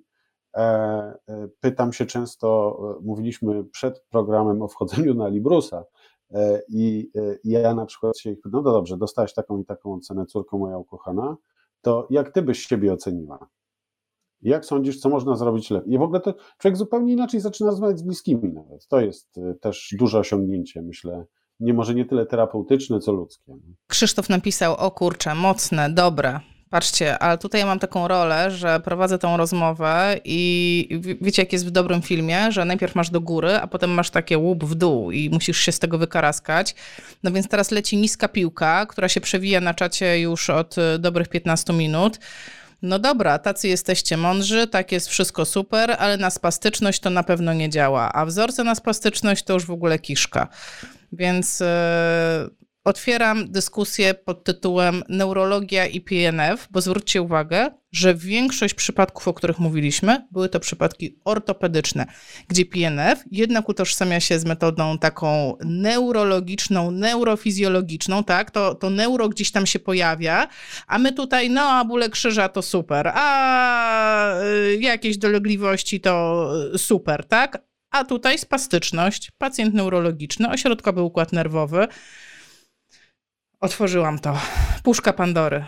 pytam się często, mówiliśmy przed programem o wchodzeniu na Librusa i ja na przykład się pytam, no dobrze, dostałaś taką i taką ocenę, córko moja ukochana, to jak ty byś siebie oceniła? Jak sądzisz, co można zrobić lepiej? I w ogóle to człowiek zupełnie inaczej zaczyna rozmawiać z bliskimi nawet. To jest też duże osiągnięcie, myślę. Może nie tyle terapeutyczne, co ludzkie. Krzysztof napisał, o kurczę, mocne, dobre. Patrzcie, ale tutaj ja mam taką rolę, że prowadzę tą rozmowę i wiecie, jak jest w dobrym filmie, że najpierw masz do góry, a potem masz takie łup w dół i musisz się z tego wykaraskać. No więc teraz leci niska piłka, która się przewija na czacie już od dobrych 15 minut. No dobra, tacy jesteście mądrzy, tak jest wszystko super, ale na spastyczność to na pewno nie działa, a wzorce na spastyczność to już w ogóle kiszka. Więc otwieram dyskusję pod tytułem Neurologia i PNF, bo zwróćcie uwagę, że większość przypadków, o których mówiliśmy, były to przypadki ortopedyczne, gdzie PNF jednak utożsamia się z metodą taką neurologiczną, neurofizjologiczną, tak? To neuro gdzieś tam się pojawia, a my tutaj, no a bóle krzyża to super, a jakieś dolegliwości to super, tak? A tutaj spastyczność, pacjent neurologiczny, ośrodkowy układ nerwowy. Otworzyłam to. Puszka Pandory.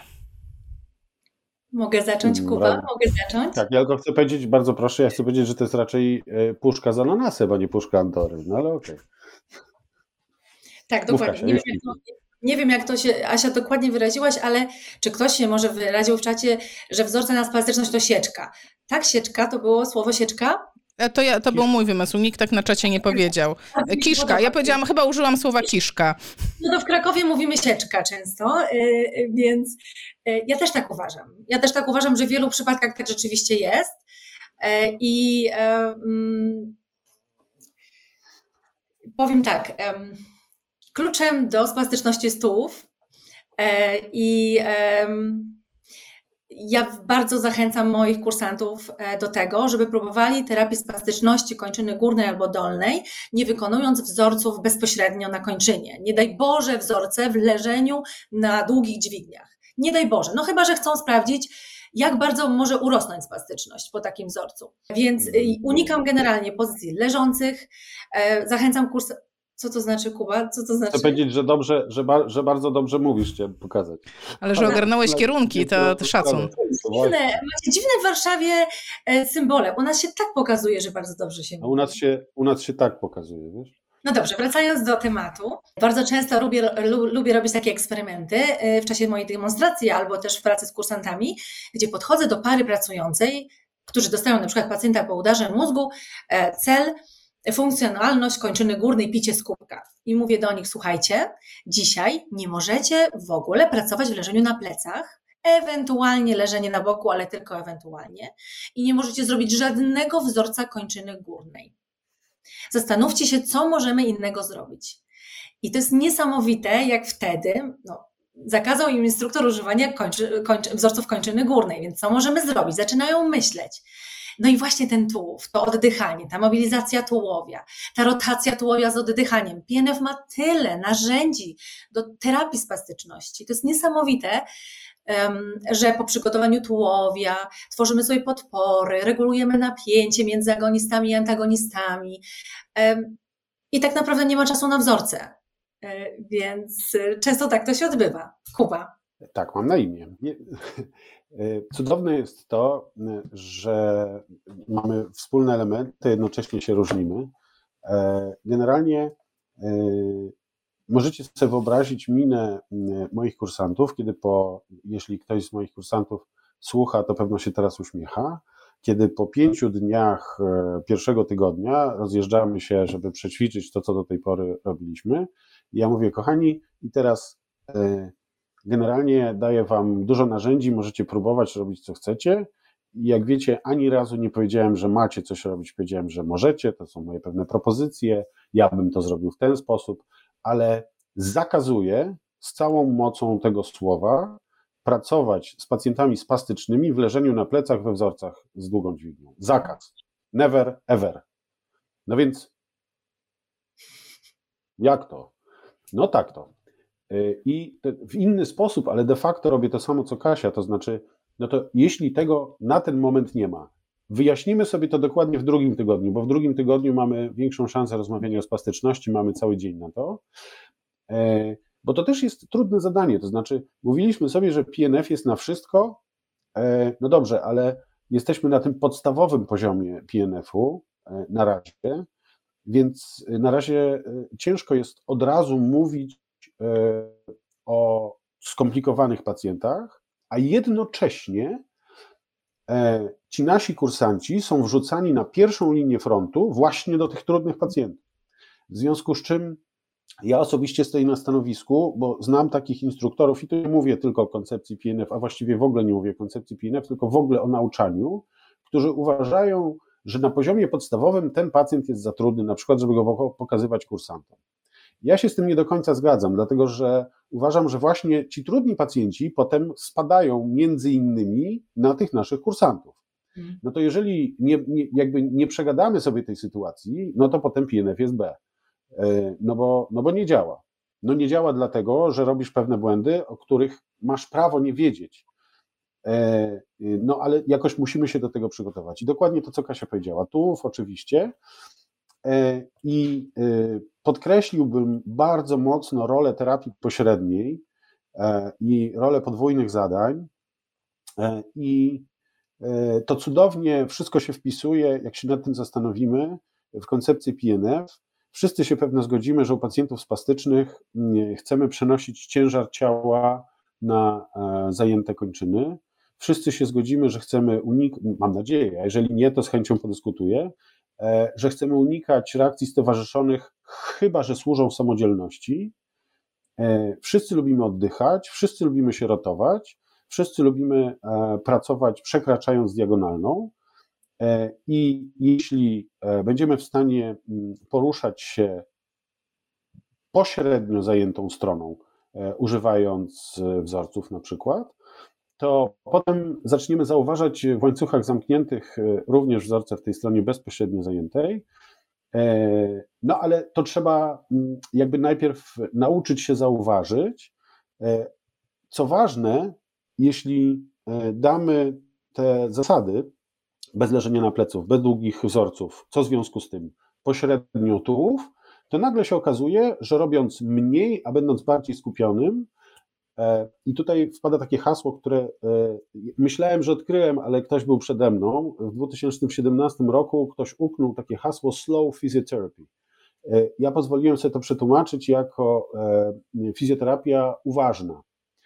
Mogę zacząć, Kuba? Mogę zacząć? Tak, ja tylko chcę powiedzieć, bardzo proszę, ja chcę powiedzieć, że to jest raczej puszka z ananasem, a nie puszka Pandory, no ale okej. Tak, dokładnie. Nie wiem, jak to się, Asia, dokładnie wyraziłaś, ale czy ktoś się może wyraził w czacie, że wzorce na spastyczność to sieczka? Tak, sieczka, to było słowo sieczka? To był mój wymysł, nikt tak na czacie nie powiedział. Kiszka, ja powiedziałam, chyba użyłam słowa kiszka. No to w Krakowie mówimy sieczka często, więc ja też tak uważam. Ja też tak uważam, że w wielu przypadkach tak rzeczywiście jest. I powiem tak, kluczem do spastyczności stóp i ja bardzo zachęcam moich kursantów do tego, żeby próbowali terapii spastyczności kończyny górnej albo dolnej, nie wykonując wzorców bezpośrednio na kończynie. Nie daj Boże wzorce w leżeniu na długich dźwigniach. Nie daj Boże. No chyba że chcą sprawdzić, jak bardzo może urosnąć spastyczność po takim wzorcu. Więc unikam generalnie pozycji leżących. Zachęcam Co to znaczy, Kuba? Co to znaczy? Chcę powiedzieć, że dobrze, że bardzo dobrze mówisz, chciałem pokazać. Ale że ogarnąłeś kierunki, to szacun. Macie dziwne w Warszawie symbole. U nas się tak pokazuje, że bardzo dobrze się mówi. U nas się tak pokazuje, wiesz? No dobrze, wracając do tematu. Bardzo często lubię robić takie eksperymenty w czasie mojej demonstracji albo też w pracy z kursantami, gdzie podchodzę do pary pracującej, którzy dostają na przykład pacjenta po udarze mózgu, cel, funkcjonalność kończyny górnej, picie z kubka. I mówię do nich, słuchajcie, dzisiaj nie możecie w ogóle pracować w leżeniu na plecach, ewentualnie leżenie na boku, ale tylko ewentualnie. I nie możecie zrobić żadnego wzorca kończyny górnej. Zastanówcie się, co możemy innego zrobić. I to jest niesamowite, jak wtedy zakazał im instruktor używania wzorców kończyny górnej, więc co możemy zrobić? Zaczynają myśleć. No i właśnie ten tułów, to oddychanie, ta mobilizacja tułowia, ta rotacja tułowia z oddychaniem. PNF ma tyle narzędzi do terapii spastyczności. To jest niesamowite, że po przygotowaniu tułowia tworzymy sobie podpory, regulujemy napięcie między agonistami i antagonistami i tak naprawdę nie ma czasu na wzorce, więc często tak to się odbywa. Kuba. Tak, mam na imię. Cudowne jest to, że mamy wspólne elementy, jednocześnie się różnimy. Generalnie możecie sobie wyobrazić minę moich kursantów, jeśli ktoś z moich kursantów słucha, to pewno się teraz uśmiecha, kiedy po 5 dniach pierwszego tygodnia rozjeżdżamy się, żeby przećwiczyć to, co do tej pory robiliśmy. I ja mówię, kochani, i teraz generalnie daję wam dużo narzędzi, możecie próbować robić, co chcecie. I jak wiecie, ani razu nie powiedziałem, że macie coś robić, powiedziałem, że możecie, to są moje pewne propozycje, ja bym to zrobił w ten sposób, ale zakazuję z całą mocą tego słowa pracować z pacjentami spastycznymi w leżeniu na plecach we wzorcach z długą dźwignią. Zakaz. Never, ever. No więc jak to? No tak to. I w inny sposób, ale de facto robię to samo co Kasia, to znaczy, no to jeśli tego na ten moment nie ma, wyjaśnimy sobie to dokładnie w drugim tygodniu, bo w drugim tygodniu mamy większą szansę rozmawiania o spastyczności, mamy cały dzień na to, bo to też jest trudne zadanie, to znaczy mówiliśmy sobie, że PNF jest na wszystko, no dobrze, ale jesteśmy na tym podstawowym poziomie PNF-u na razie, więc na razie ciężko jest od razu mówić o skomplikowanych pacjentach, a jednocześnie ci nasi kursanci są wrzucani na pierwszą linię frontu właśnie do tych trudnych pacjentów. W związku z czym ja osobiście stoję na stanowisku, bo znam takich instruktorów i tu nie mówię tylko o koncepcji PNF, a właściwie w ogóle nie mówię o koncepcji PNF, tylko w ogóle o nauczaniu, którzy uważają, że na poziomie podstawowym ten pacjent jest za trudny, na przykład, żeby go pokazywać kursantom. Ja się z tym nie do końca zgadzam, dlatego że uważam, że właśnie ci trudni pacjenci potem spadają między innymi na tych naszych kursantów. No to jeżeli nie przegadamy sobie tej sytuacji, no to potem PNF jest B. No bo nie działa. No nie działa dlatego, że robisz pewne błędy, o których masz prawo nie wiedzieć. No ale jakoś musimy się do tego przygotować. I dokładnie to, co Kasia powiedziała. TUF oczywiście. I podkreśliłbym bardzo mocno rolę terapii pośredniej i rolę podwójnych zadań. I to cudownie wszystko się wpisuje, jak się nad tym zastanowimy, w koncepcję PNF. Wszyscy się pewno zgodzimy, że u pacjentów spastycznych chcemy przenosić ciężar ciała na zajęte kończyny. Wszyscy się zgodzimy, że chcemy unikać, mam nadzieję, a jeżeli nie, to z chęcią podyskutuję, że chcemy unikać reakcji stowarzyszonych, chyba że służą samodzielności. Wszyscy lubimy oddychać, wszyscy lubimy się rotować, wszyscy lubimy pracować przekraczając diagonalną. I jeśli będziemy w stanie poruszać się pośrednio zajętą stroną, używając wzorców na przykład, to potem zaczniemy zauważać w łańcuchach zamkniętych również wzorce w tej stronie bezpośrednio zajętej. No ale to trzeba jakby najpierw nauczyć się zauważyć. Co ważne, jeśli damy te zasady, bez leżenia na pleców, bez długich wzorców, co w związku z tym pośrednio tułów, to nagle się okazuje, że robiąc mniej, a będąc bardziej skupionym, i tutaj wpada takie hasło, które myślałem, że odkryłem, ale ktoś był przede mną. W 2017 roku ktoś uknął takie hasło slow physiotherapy. Ja pozwoliłem sobie to przetłumaczyć jako fizjoterapia uważna.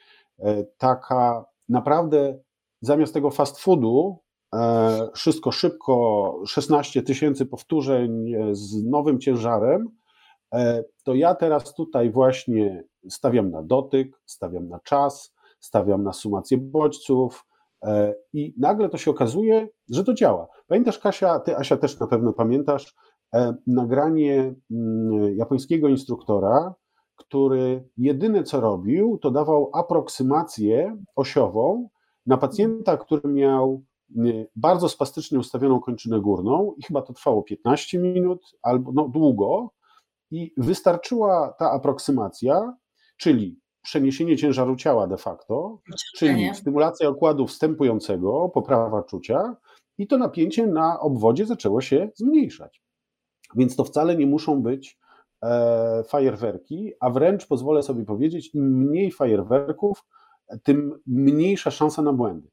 Taka naprawdę zamiast tego fast foodu, wszystko szybko, 16 000 powtórzeń z nowym ciężarem, to ja teraz tutaj właśnie stawiam na dotyk, stawiam na czas, stawiam na sumację bodźców i nagle to się okazuje, że to działa. Pamiętasz, Kasia, ty Asia też na pewno pamiętasz nagranie japońskiego instruktora, który jedyne co robił, to dawał aproksymację osiową na pacjenta, który miał bardzo spastycznie ustawioną kończynę górną i chyba to trwało 15 minut albo długo i wystarczyła ta aproksymacja, czyli przeniesienie ciężaru ciała de facto, czyli stymulacja układu wstępującego, poprawa czucia i to napięcie na obwodzie zaczęło się zmniejszać. Więc to wcale nie muszą być fajerwerki, a wręcz pozwolę sobie powiedzieć, im mniej fajerwerków, tym mniejsza szansa na błędy.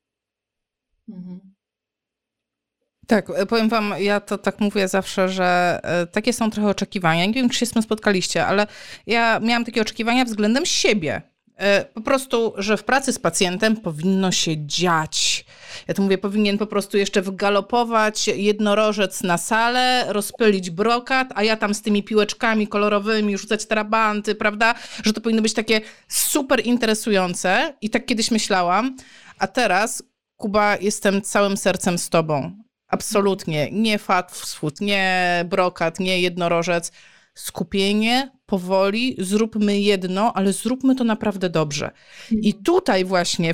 Tak, powiem wam, ja to tak mówię zawsze, że takie są trochę oczekiwania. Nie wiem, czy się z tym spotkaliście, ale ja miałam takie oczekiwania względem siebie. Po prostu, że w pracy z pacjentem powinno się dziać. Ja tu mówię, powinien po prostu jeszcze wgalopować jednorożec na salę, rozpylić brokat, a ja tam z tymi piłeczkami kolorowymi rzucać tarabanty, prawda? Że to powinno być takie super interesujące. I tak kiedyś myślałam, a teraz, Kuba, jestem całym sercem z tobą. Absolutnie. Nie fast food, nie brokat, nie jednorożec. Skupienie, powoli, zróbmy jedno, ale zróbmy to naprawdę dobrze. I tutaj właśnie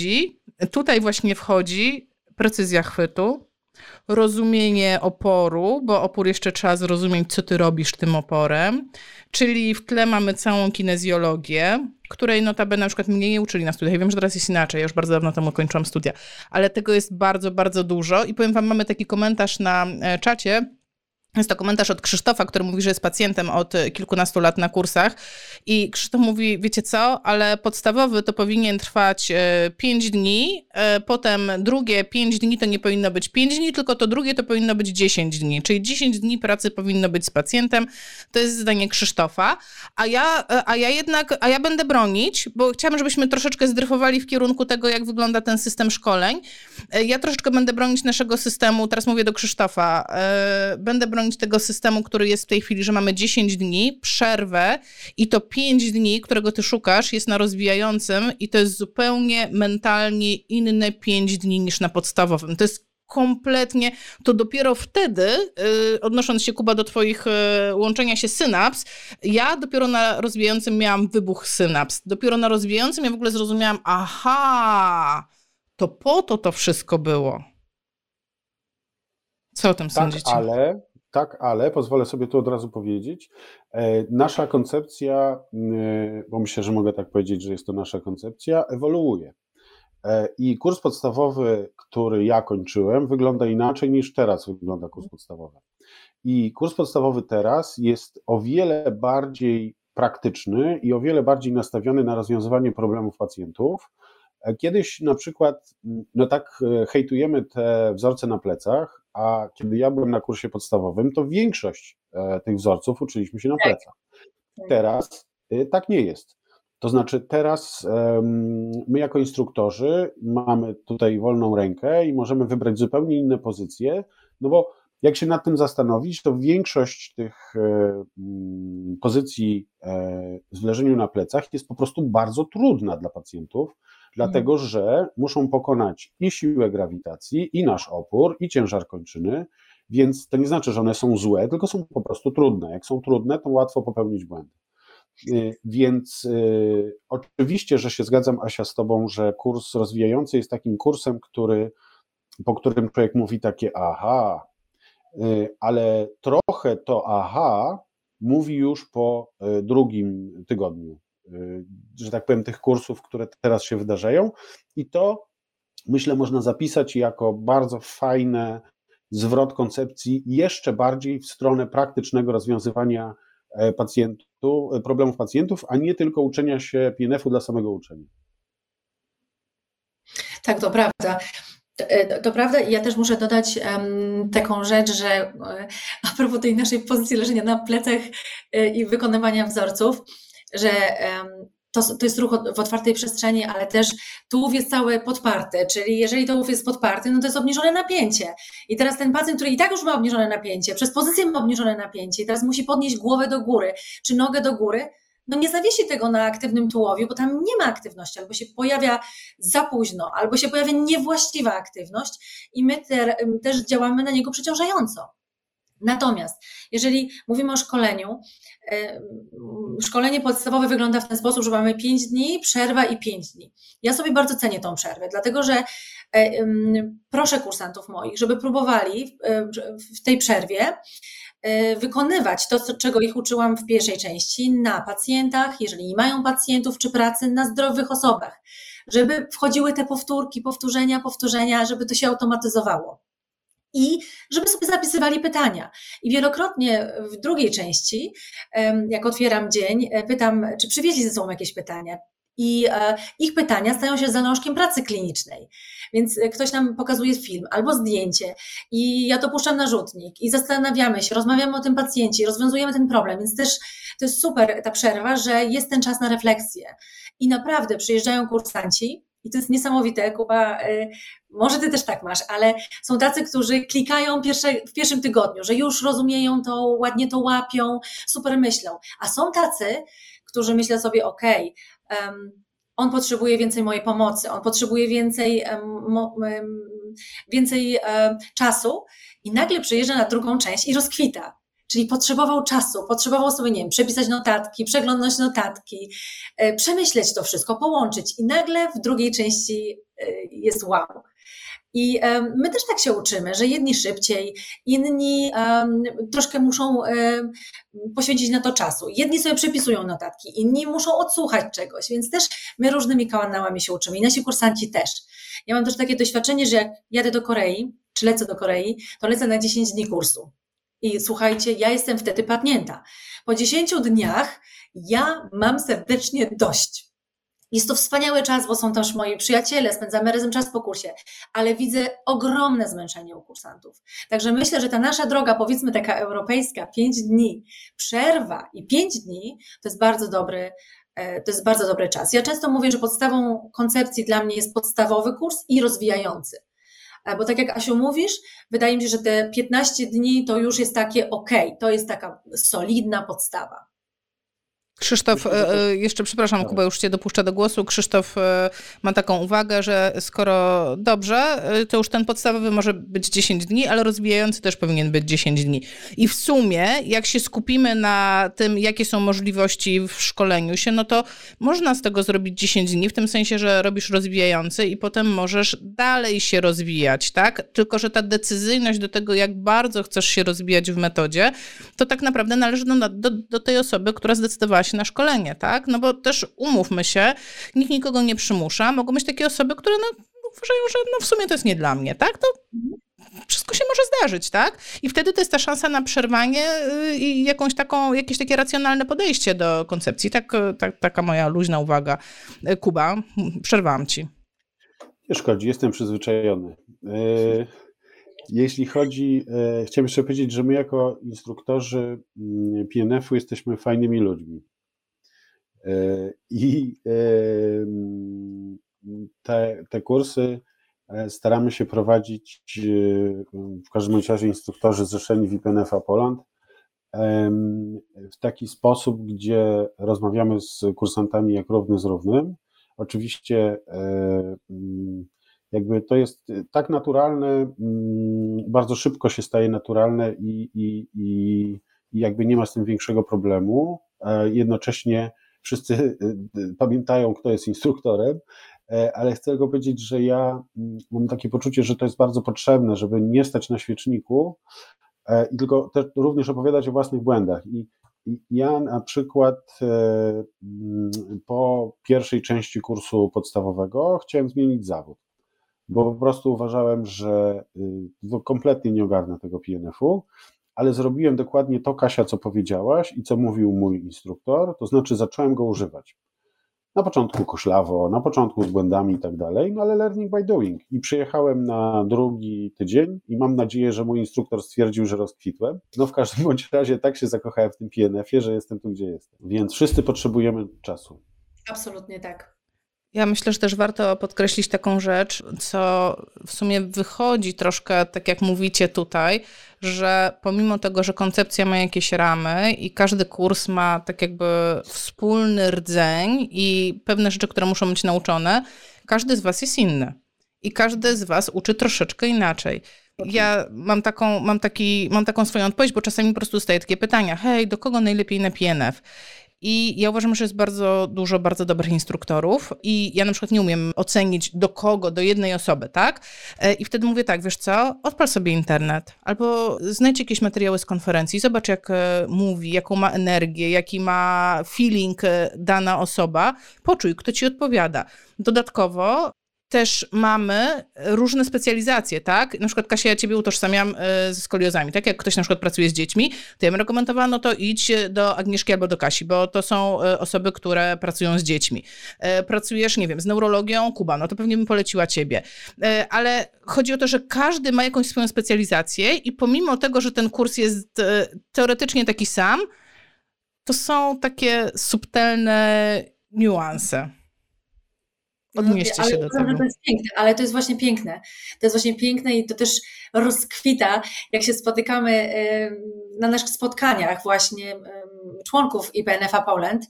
wchodzi precyzja chwytu, rozumienie oporu, bo opór jeszcze trzeba zrozumieć, co ty robisz tym oporem, czyli w tle mamy całą kinezjologię, której notabene na przykład mnie nie uczyli na studiach. Ja wiem, że teraz jest inaczej, ja już bardzo dawno temu kończyłam studia, ale tego jest bardzo, bardzo dużo i powiem wam, mamy taki komentarz na czacie, Jest to komentarz od Krzysztofa, który mówi, że jest pacjentem od kilkunastu lat na kursach i Krzysztof mówi, wiecie co, ale podstawowy to powinien trwać 5 dni, potem drugie 5 dni to nie powinno być 5 dni, tylko to drugie to powinno być 10 dni, czyli 10 dni pracy powinno być z pacjentem. To jest zdanie Krzysztofa, a ja będę bronić, bo chciałam, żebyśmy troszeczkę zdryfowali w kierunku tego, jak wygląda ten system szkoleń. Ja troszeczkę będę bronić naszego systemu, teraz mówię do Krzysztofa, będę bronić tego systemu, który jest w tej chwili, że mamy 10 dni, przerwę i to 5 dni, którego ty szukasz, jest na rozwijającym i to jest zupełnie mentalnie inne 5 dni niż na podstawowym. To jest kompletnie, to dopiero wtedy, odnosząc się, Kuba, do twoich łączenia się synaps, ja dopiero na rozwijającym miałam wybuch synaps. Dopiero na rozwijającym ja w ogóle zrozumiałam, aha, to po to wszystko było. Co o tym sądzicie? Ale pozwolę sobie tu od razu powiedzieć, nasza koncepcja, bo myślę, że mogę tak powiedzieć, że jest to nasza koncepcja, ewoluuje. I kurs podstawowy, który ja kończyłem, wygląda inaczej niż teraz wygląda kurs podstawowy. I kurs podstawowy teraz jest o wiele bardziej praktyczny i o wiele bardziej nastawiony na rozwiązywanie problemów pacjentów. Kiedyś na przykład, tak hejtujemy te wzorce na plecach, a kiedy ja byłem na kursie podstawowym, to większość tych wzorców uczyliśmy się na plecach. Teraz tak nie jest. To znaczy teraz my jako instruktorzy mamy tutaj wolną rękę i możemy wybrać zupełnie inne pozycje, no bo jak się nad tym zastanowić, to większość tych pozycji w leżeniu na plecach jest po prostu bardzo trudna dla pacjentów, dlatego że muszą pokonać i siłę grawitacji, i nasz opór, i ciężar kończyny, więc to nie znaczy, że one są złe, tylko są po prostu trudne. Jak są trudne, to łatwo popełnić błędy. Więc oczywiście, że się zgadzam, Asia, z tobą, że kurs rozwijający jest takim kursem, po którym człowiek mówi takie aha, ale trochę to aha mówi już po drugim tygodniu, że tak powiem, tych kursów, które teraz się wydarzają, i to myślę można zapisać jako bardzo fajny zwrot koncepcji jeszcze bardziej w stronę praktycznego rozwiązywania problemów pacjentów, a nie tylko uczenia się PNF-u dla samego uczenia. Tak, to prawda. To prawda i ja też muszę dodać taką rzecz, że a propos tej naszej pozycji leżenia na plecach i wykonywania wzorców, że to jest ruch w otwartej przestrzeni, ale też tułów jest cały podparty, czyli jeżeli tułów jest podparty, no to jest obniżone napięcie. I teraz ten pacjent, który i tak już ma obniżone napięcie, przez pozycję ma obniżone napięcie i teraz musi podnieść głowę do góry, czy nogę do góry, no nie zawiesi tego na aktywnym tułowiu, bo tam nie ma aktywności, albo się pojawia za późno, albo się pojawia niewłaściwa aktywność i my też działamy na niego przeciążająco. Natomiast jeżeli mówimy o szkoleniu, szkolenie podstawowe wygląda w ten sposób, że mamy 5 dni, przerwa i 5 dni. Ja sobie bardzo cenię tą przerwę, dlatego że proszę kursantów moich, żeby próbowali w tej przerwie wykonywać to, czego ich uczyłam w pierwszej części, na pacjentach, jeżeli nie mają pacjentów, czy pracy na zdrowych osobach, żeby wchodziły te powtórki, powtórzenia, żeby to się automatyzowało. I żeby sobie zapisywali pytania. I wielokrotnie w drugiej części, jak otwieram dzień, pytam, czy przywieźli ze sobą jakieś pytania. I ich pytania stają się zalążkiem pracy klinicznej. Więc ktoś nam pokazuje film albo zdjęcie i ja to puszczam na rzutnik i zastanawiamy się, rozmawiamy o tym pacjencie, rozwiązujemy ten problem. Więc też to jest super ta przerwa, że jest ten czas na refleksję. I naprawdę przyjeżdżają kursanci, i to jest niesamowite, Kuba, może ty też tak masz, ale są tacy, którzy klikają w pierwszym tygodniu, że już rozumieją to, ładnie to łapią, super myślą. A są tacy, którzy myślą sobie, on potrzebuje więcej mojej pomocy, on potrzebuje więcej czasu i nagle przyjeżdża na drugą część i rozkwita. Czyli potrzebował czasu, potrzebował sobie, nie wiem, przepisać notatki, przeglądnąć notatki, przemyśleć to wszystko, połączyć i nagle w drugiej części jest wow. I my też tak się uczymy, że jedni szybciej, inni troszkę muszą poświęcić na to czasu. Jedni sobie przepisują notatki, inni muszą odsłuchać czegoś, więc też my różnymi kanałami się uczymy i nasi kursanci też. Ja mam też takie doświadczenie, że jak jadę do Korei, czy lecę do Korei, to lecę na 10 dni kursu. I słuchajcie, ja jestem wtedy padnięta. Po 10 dniach ja mam serdecznie dość. Jest to wspaniały czas, bo są też moi przyjaciele, spędzamy razem czas po kursie, ale widzę ogromne zmęczenie u kursantów. Także myślę, że ta nasza droga, powiedzmy taka europejska, 5 dni, przerwa i 5 dni, to jest bardzo dobry czas. Ja często mówię, że podstawą koncepcji dla mnie jest podstawowy kurs i rozwijający. Bo tak jak Asiu mówisz, wydaje mi się, że te 15 dni to już jest takie to jest taka solidna podstawa. Krzysztof, jeszcze przepraszam, Kuba już cię dopuszcza do głosu. Krzysztof ma taką uwagę, że skoro dobrze, to już ten podstawowy może być 10 dni, ale rozwijający też powinien być 10 dni. I w sumie, jak się skupimy na tym, jakie są możliwości w szkoleniu się, no to można z tego zrobić 10 dni, w tym sensie, że robisz rozwijający i potem możesz dalej się rozwijać, tak? Tylko że ta decyzyjność do tego, jak bardzo chcesz się rozwijać w metodzie, to tak naprawdę należy do tej osoby, która zdecydowała się na szkolenie, tak? No bo też umówmy się, nikt nikogo nie przymusza. Mogą być takie osoby, które uważają, że w sumie to jest nie dla mnie, tak? To wszystko się może zdarzyć, tak? I wtedy to jest ta szansa na przerwanie i jakieś takie racjonalne podejście do koncepcji. Taka moja luźna uwaga. Kuba, przerwałam ci. Nie szkodzi, jestem przyzwyczajony. Jeśli chodzi, chciałem jeszcze powiedzieć, że my jako instruktorzy PNF-u jesteśmy fajnymi ludźmi. I te kursy staramy się prowadzić, w każdym razie instruktorzy zrzeszeni w IPNF Poland, w taki sposób, gdzie rozmawiamy z kursantami jak równy z równym. Oczywiście jakby to jest tak naturalne, bardzo szybko się staje naturalne i jakby nie ma z tym większego problemu. Jednocześnie wszyscy pamiętają, kto jest instruktorem, ale chcę tylko powiedzieć, że ja mam takie poczucie, że to jest bardzo potrzebne, żeby nie stać na świeczniku i tylko też również opowiadać o własnych błędach. I ja na przykład po pierwszej części kursu podstawowego chciałem zmienić zawód, bo po prostu uważałem, że kompletnie nie ogarnę tego PNF-u, ale zrobiłem dokładnie to, Kasia, co powiedziałaś i co mówił mój instruktor, to znaczy zacząłem go używać. Na początku koślawo, na początku z błędami i tak dalej, no ale learning by doing. I przyjechałem na drugi tydzień i mam nadzieję, że mój instruktor stwierdził, że rozkwitłem. No w każdym bądź razie tak się zakochałem w tym PNF-ie, że jestem tu, gdzie jestem. Więc wszyscy potrzebujemy czasu. Absolutnie tak. Ja myślę, że też warto podkreślić taką rzecz, co w sumie wychodzi troszkę, tak jak mówicie tutaj, że pomimo tego, że koncepcja ma jakieś ramy i każdy kurs ma tak jakby wspólny rdzeń i pewne rzeczy, które muszą być nauczone, każdy z was jest inny i każdy z was uczy troszeczkę inaczej. Ja mam taką swoją odpowiedź, bo czasami po prostu dostaję takie pytania, hej, do kogo najlepiej na PNF? I ja uważam, że jest bardzo dużo bardzo dobrych instruktorów i ja na przykład nie umiem ocenić do kogo, do jednej osoby, tak? I wtedy mówię tak, wiesz co, odpal sobie internet albo znajdź jakieś materiały z konferencji, zobacz jak mówi, jaką ma energię, jaki ma feeling dana osoba, poczuj, kto ci odpowiada. Dodatkowo też mamy różne specjalizacje, tak? Na przykład Kasia, ja ciebie utożsamiam ze skoliozami, tak? Jak ktoś na przykład pracuje z dziećmi, to ja bym rekomendowała, no to idź do Agnieszki albo do Kasi, bo to są osoby, które pracują z dziećmi. Pracujesz, nie wiem, z neurologią, Kuba, no to pewnie bym poleciła ciebie. Ale chodzi o to, że każdy ma jakąś swoją specjalizację i pomimo tego, że ten kurs jest teoretycznie taki sam, to są takie subtelne niuanse. Odnieście się do tego. To jest piękne, ale to jest właśnie piękne. To jest właśnie piękne i to też rozkwita, jak się spotykamy na naszych spotkaniach właśnie członków IPNF Poland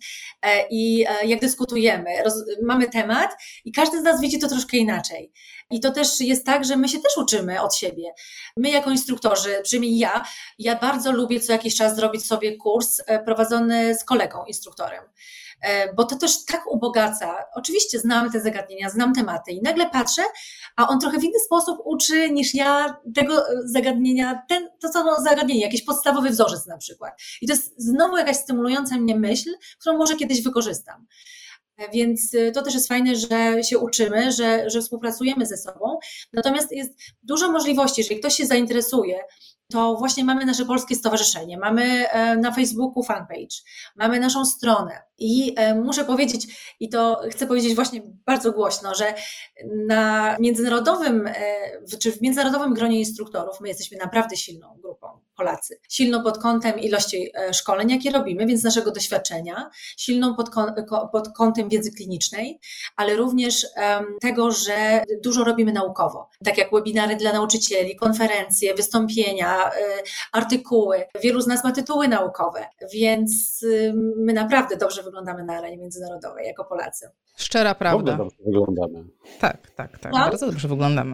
i jak dyskutujemy, mamy temat i każdy z nas widzi to troszkę inaczej. I to też jest tak, że my się też uczymy od siebie. My jako instruktorzy, przynajmniej ja bardzo lubię co jakiś czas zrobić sobie kurs prowadzony z kolegą instruktorem. Bo to też tak ubogaca. Oczywiście znamy te zagadnienia, znam tematy i nagle patrzę, a on trochę w inny sposób uczy niż ja tego zagadnienia, to samo zagadnienie, jakiś podstawowy wzorzec na przykład. I to jest znowu jakaś stymulująca mnie myśl, którą może kiedyś wykorzystam. Więc to też jest fajne, że się uczymy, że współpracujemy ze sobą. Natomiast jest dużo możliwości, jeżeli ktoś się zainteresuje to właśnie mamy nasze polskie stowarzyszenie, mamy na Facebooku fanpage, mamy naszą stronę i muszę powiedzieć, i to chcę powiedzieć właśnie bardzo głośno, że na międzynarodowym, czy w międzynarodowym gronie instruktorów my jesteśmy naprawdę silną grupą, Polacy. Silną pod kątem ilości szkoleń, jakie robimy, więc naszego doświadczenia, silną pod kątem wiedzy klinicznej, ale również tego, że dużo robimy naukowo, tak jak webinary dla nauczycieli, konferencje, wystąpienia, artykuły. Wielu z nas ma tytuły naukowe, więc my naprawdę dobrze wyglądamy na arenie międzynarodowej jako Polacy. Szczera prawda. Dobrze wyglądamy. Tak. No? Bardzo dobrze wyglądamy.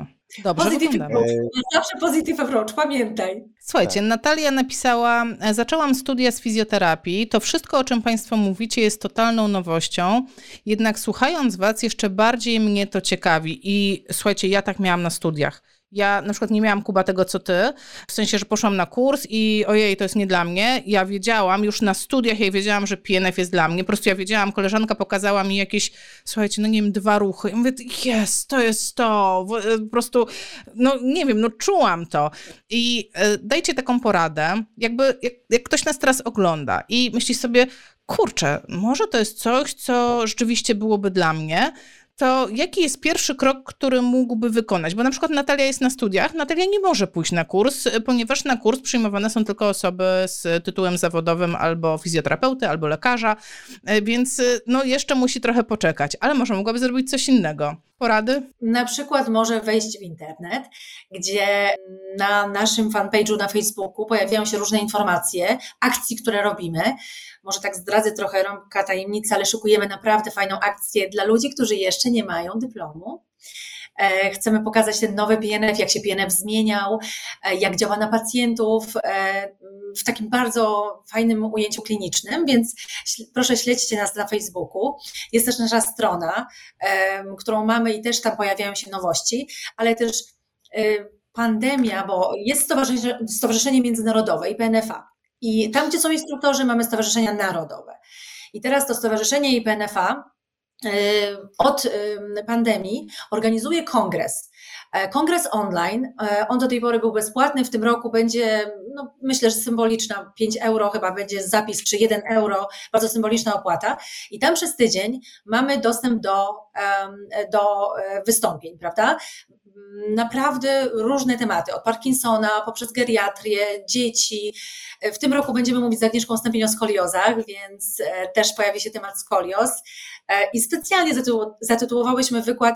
Zawsze positive approach, pamiętaj. Słuchajcie, Tak. Natalia napisała, zaczęłam studia z fizjoterapii, to wszystko, o czym Państwo mówicie, jest totalną nowością, jednak słuchając Was jeszcze bardziej mnie to ciekawi i słuchajcie, ja tak miałam na studiach. Ja na przykład nie miałam, Kuba, tego co ty, w sensie, że poszłam na kurs i ojej, to jest nie dla mnie. Ja wiedziałam, już na studiach ja wiedziałam, że PNF jest dla mnie. Po prostu ja wiedziałam, koleżanka pokazała mi jakieś, słuchajcie, no nie wiem, 2 ruchy. I mówię, to jest to. Po prostu, no nie wiem, no czułam to. I dajcie taką poradę, jakby jak ktoś nas teraz ogląda i myśli sobie, kurczę, może to jest coś, co rzeczywiście byłoby dla mnie, to jaki jest pierwszy krok, który mógłby wykonać? Bo na przykład Natalia jest na studiach, Natalia nie może pójść na kurs, ponieważ na kurs przyjmowane są tylko osoby z tytułem zawodowym albo fizjoterapeuty, albo lekarza, więc no jeszcze musi trochę poczekać, ale może mogłaby zrobić coś innego. Porady? Na przykład może wejść w internet, gdzie na naszym fanpage'u na Facebooku pojawiają się różne informacje, akcji, które robimy. Może tak zdradzę trochę rąbka tajemnicy, ale szykujemy naprawdę fajną akcję dla ludzi, którzy jeszcze nie mają dyplomu. Chcemy pokazać ten nowy PNF, jak się PNF zmieniał, jak działa na pacjentów w takim bardzo fajnym ujęciu klinicznym, więc proszę śledźcie nas na Facebooku. Jest też nasza strona, którą mamy i też tam pojawiają się nowości, ale też pandemia, bo jest stowarzyszenie międzynarodowe i PNF-a i tam, gdzie są instruktorzy, mamy stowarzyszenia narodowe. I teraz to stowarzyszenie i PNF-a od pandemii organizuje kongres. Kongres online, on do tej pory był bezpłatny, w tym roku będzie, no myślę, że symboliczna, 5 euro chyba będzie zapis, czy 1 euro, bardzo symboliczna opłata i tam przez tydzień mamy dostęp do wystąpień, prawda? Naprawdę różne tematy, od Parkinsona, poprzez geriatrię, dzieci. W tym roku będziemy mówić z Agnieszką Stępień o skoliozach, więc też pojawi się temat skolioz i specjalnie zatytułowałyśmy wykład,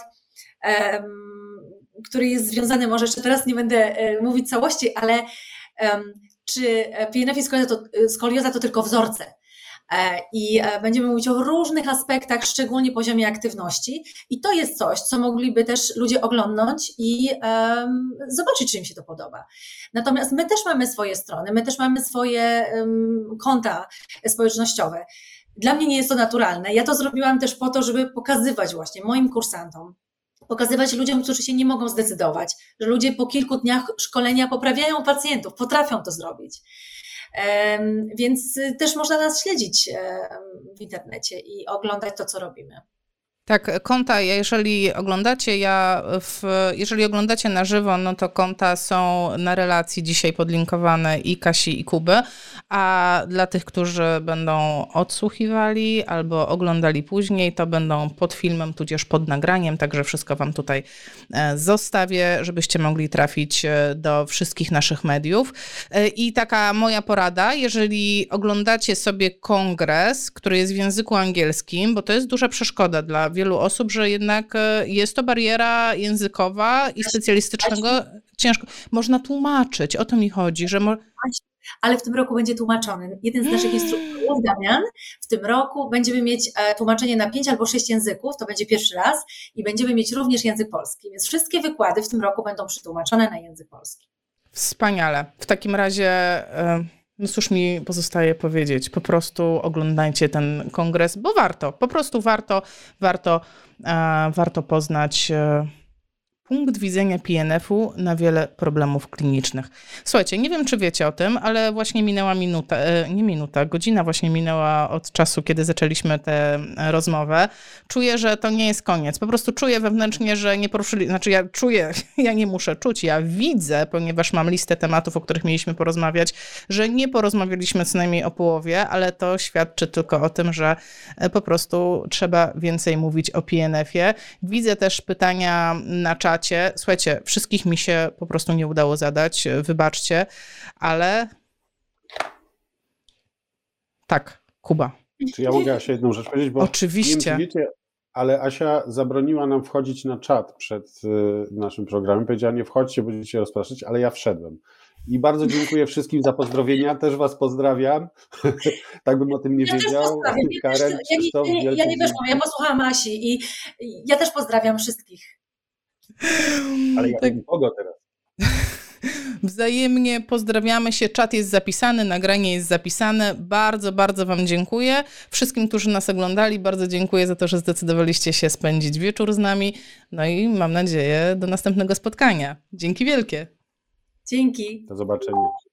który jest związany, może jeszcze teraz nie będę mówić całości, ale czy PNF i skolioza to tylko wzorce. I będziemy mówić o różnych aspektach, szczególnie poziomie aktywności i to jest coś, co mogliby też ludzie oglądnąć i zobaczyć, czy im się to podoba. Natomiast my też mamy swoje strony, my też mamy swoje konta społecznościowe. Dla mnie nie jest to naturalne. Ja to zrobiłam też po to, żeby pokazywać właśnie moim kursantom, pokazywać ludziom, którzy się nie mogą zdecydować, że ludzie po kilku dniach szkolenia poprawiają pacjentów, potrafią to zrobić. Więc też można nas śledzić w internecie i oglądać to, co robimy. Tak, konta, jeżeli oglądacie na żywo, no to konta są na relacji dzisiaj podlinkowane i Kasi, i Kuby, a dla tych, którzy będą odsłuchiwali albo oglądali później, to będą pod filmem, tudzież pod nagraniem, także wszystko Wam tutaj zostawię, żebyście mogli trafić do wszystkich naszych mediów. I taka moja porada, jeżeli oglądacie sobie kongres, który jest w języku angielskim, bo to jest duża przeszkoda dla wielu osób, że jednak jest to bariera językowa i specjalistycznego ciężko. Można tłumaczyć, o to mi chodzi, że ale w tym roku będzie tłumaczony. Jeden z naszych instruktorów, Damian, w tym roku będziemy mieć tłumaczenie na 5 albo 6 języków, to będzie pierwszy raz i będziemy mieć również język polski, więc wszystkie wykłady w tym roku będą przetłumaczone na język polski. Wspaniale. W takim razie... No cóż mi pozostaje powiedzieć, po prostu oglądajcie ten kongres, bo warto, po prostu warto poznać punkt widzenia PNF-u na wiele problemów klinicznych. Słuchajcie, nie wiem, czy wiecie o tym, ale właśnie minęła godzina właśnie minęła od czasu, kiedy zaczęliśmy tę rozmowę. Czuję, że to nie jest koniec. Po prostu czuję wewnętrznie, że nie poruszyli, ja czuję, ja nie muszę czuć, ja widzę, ponieważ mam listę tematów, o których mieliśmy porozmawiać, że nie porozmawialiśmy co najmniej o połowie, ale to świadczy tylko o tym, że po prostu trzeba więcej mówić o PNF-ie. Widzę też pytania na czacie. Słuchajcie, wszystkich mi się po prostu nie udało zadać, wybaczcie, ale tak, Kuba. Czy ja mogę, Asia, jedną rzecz powiedzieć? Bo oczywiście. Nie wiem, czy wiecie, ale Asia zabroniła nam wchodzić na czat przed naszym programem. Powiedziała, nie wchodźcie, będziecie rozpraszać, ale ja wszedłem. I bardzo dziękuję wszystkim za pozdrowienia. Też was pozdrawiam. Tak bym o tym nie wiedział. Karen, Krzysztof, ja nie weszłam, ja posłuchałam Asi i ja też pozdrawiam wszystkich. Ale ja tak. Kogo teraz? Wzajemnie pozdrawiamy się, czat jest zapisany, nagranie jest zapisane. Bardzo, bardzo wam dziękuję. Wszystkim, którzy nas oglądali, bardzo dziękuję za to, że zdecydowaliście się spędzić wieczór z nami. No i mam nadzieję do następnego spotkania. Dzięki wielkie. Dzięki. Do zobaczenia.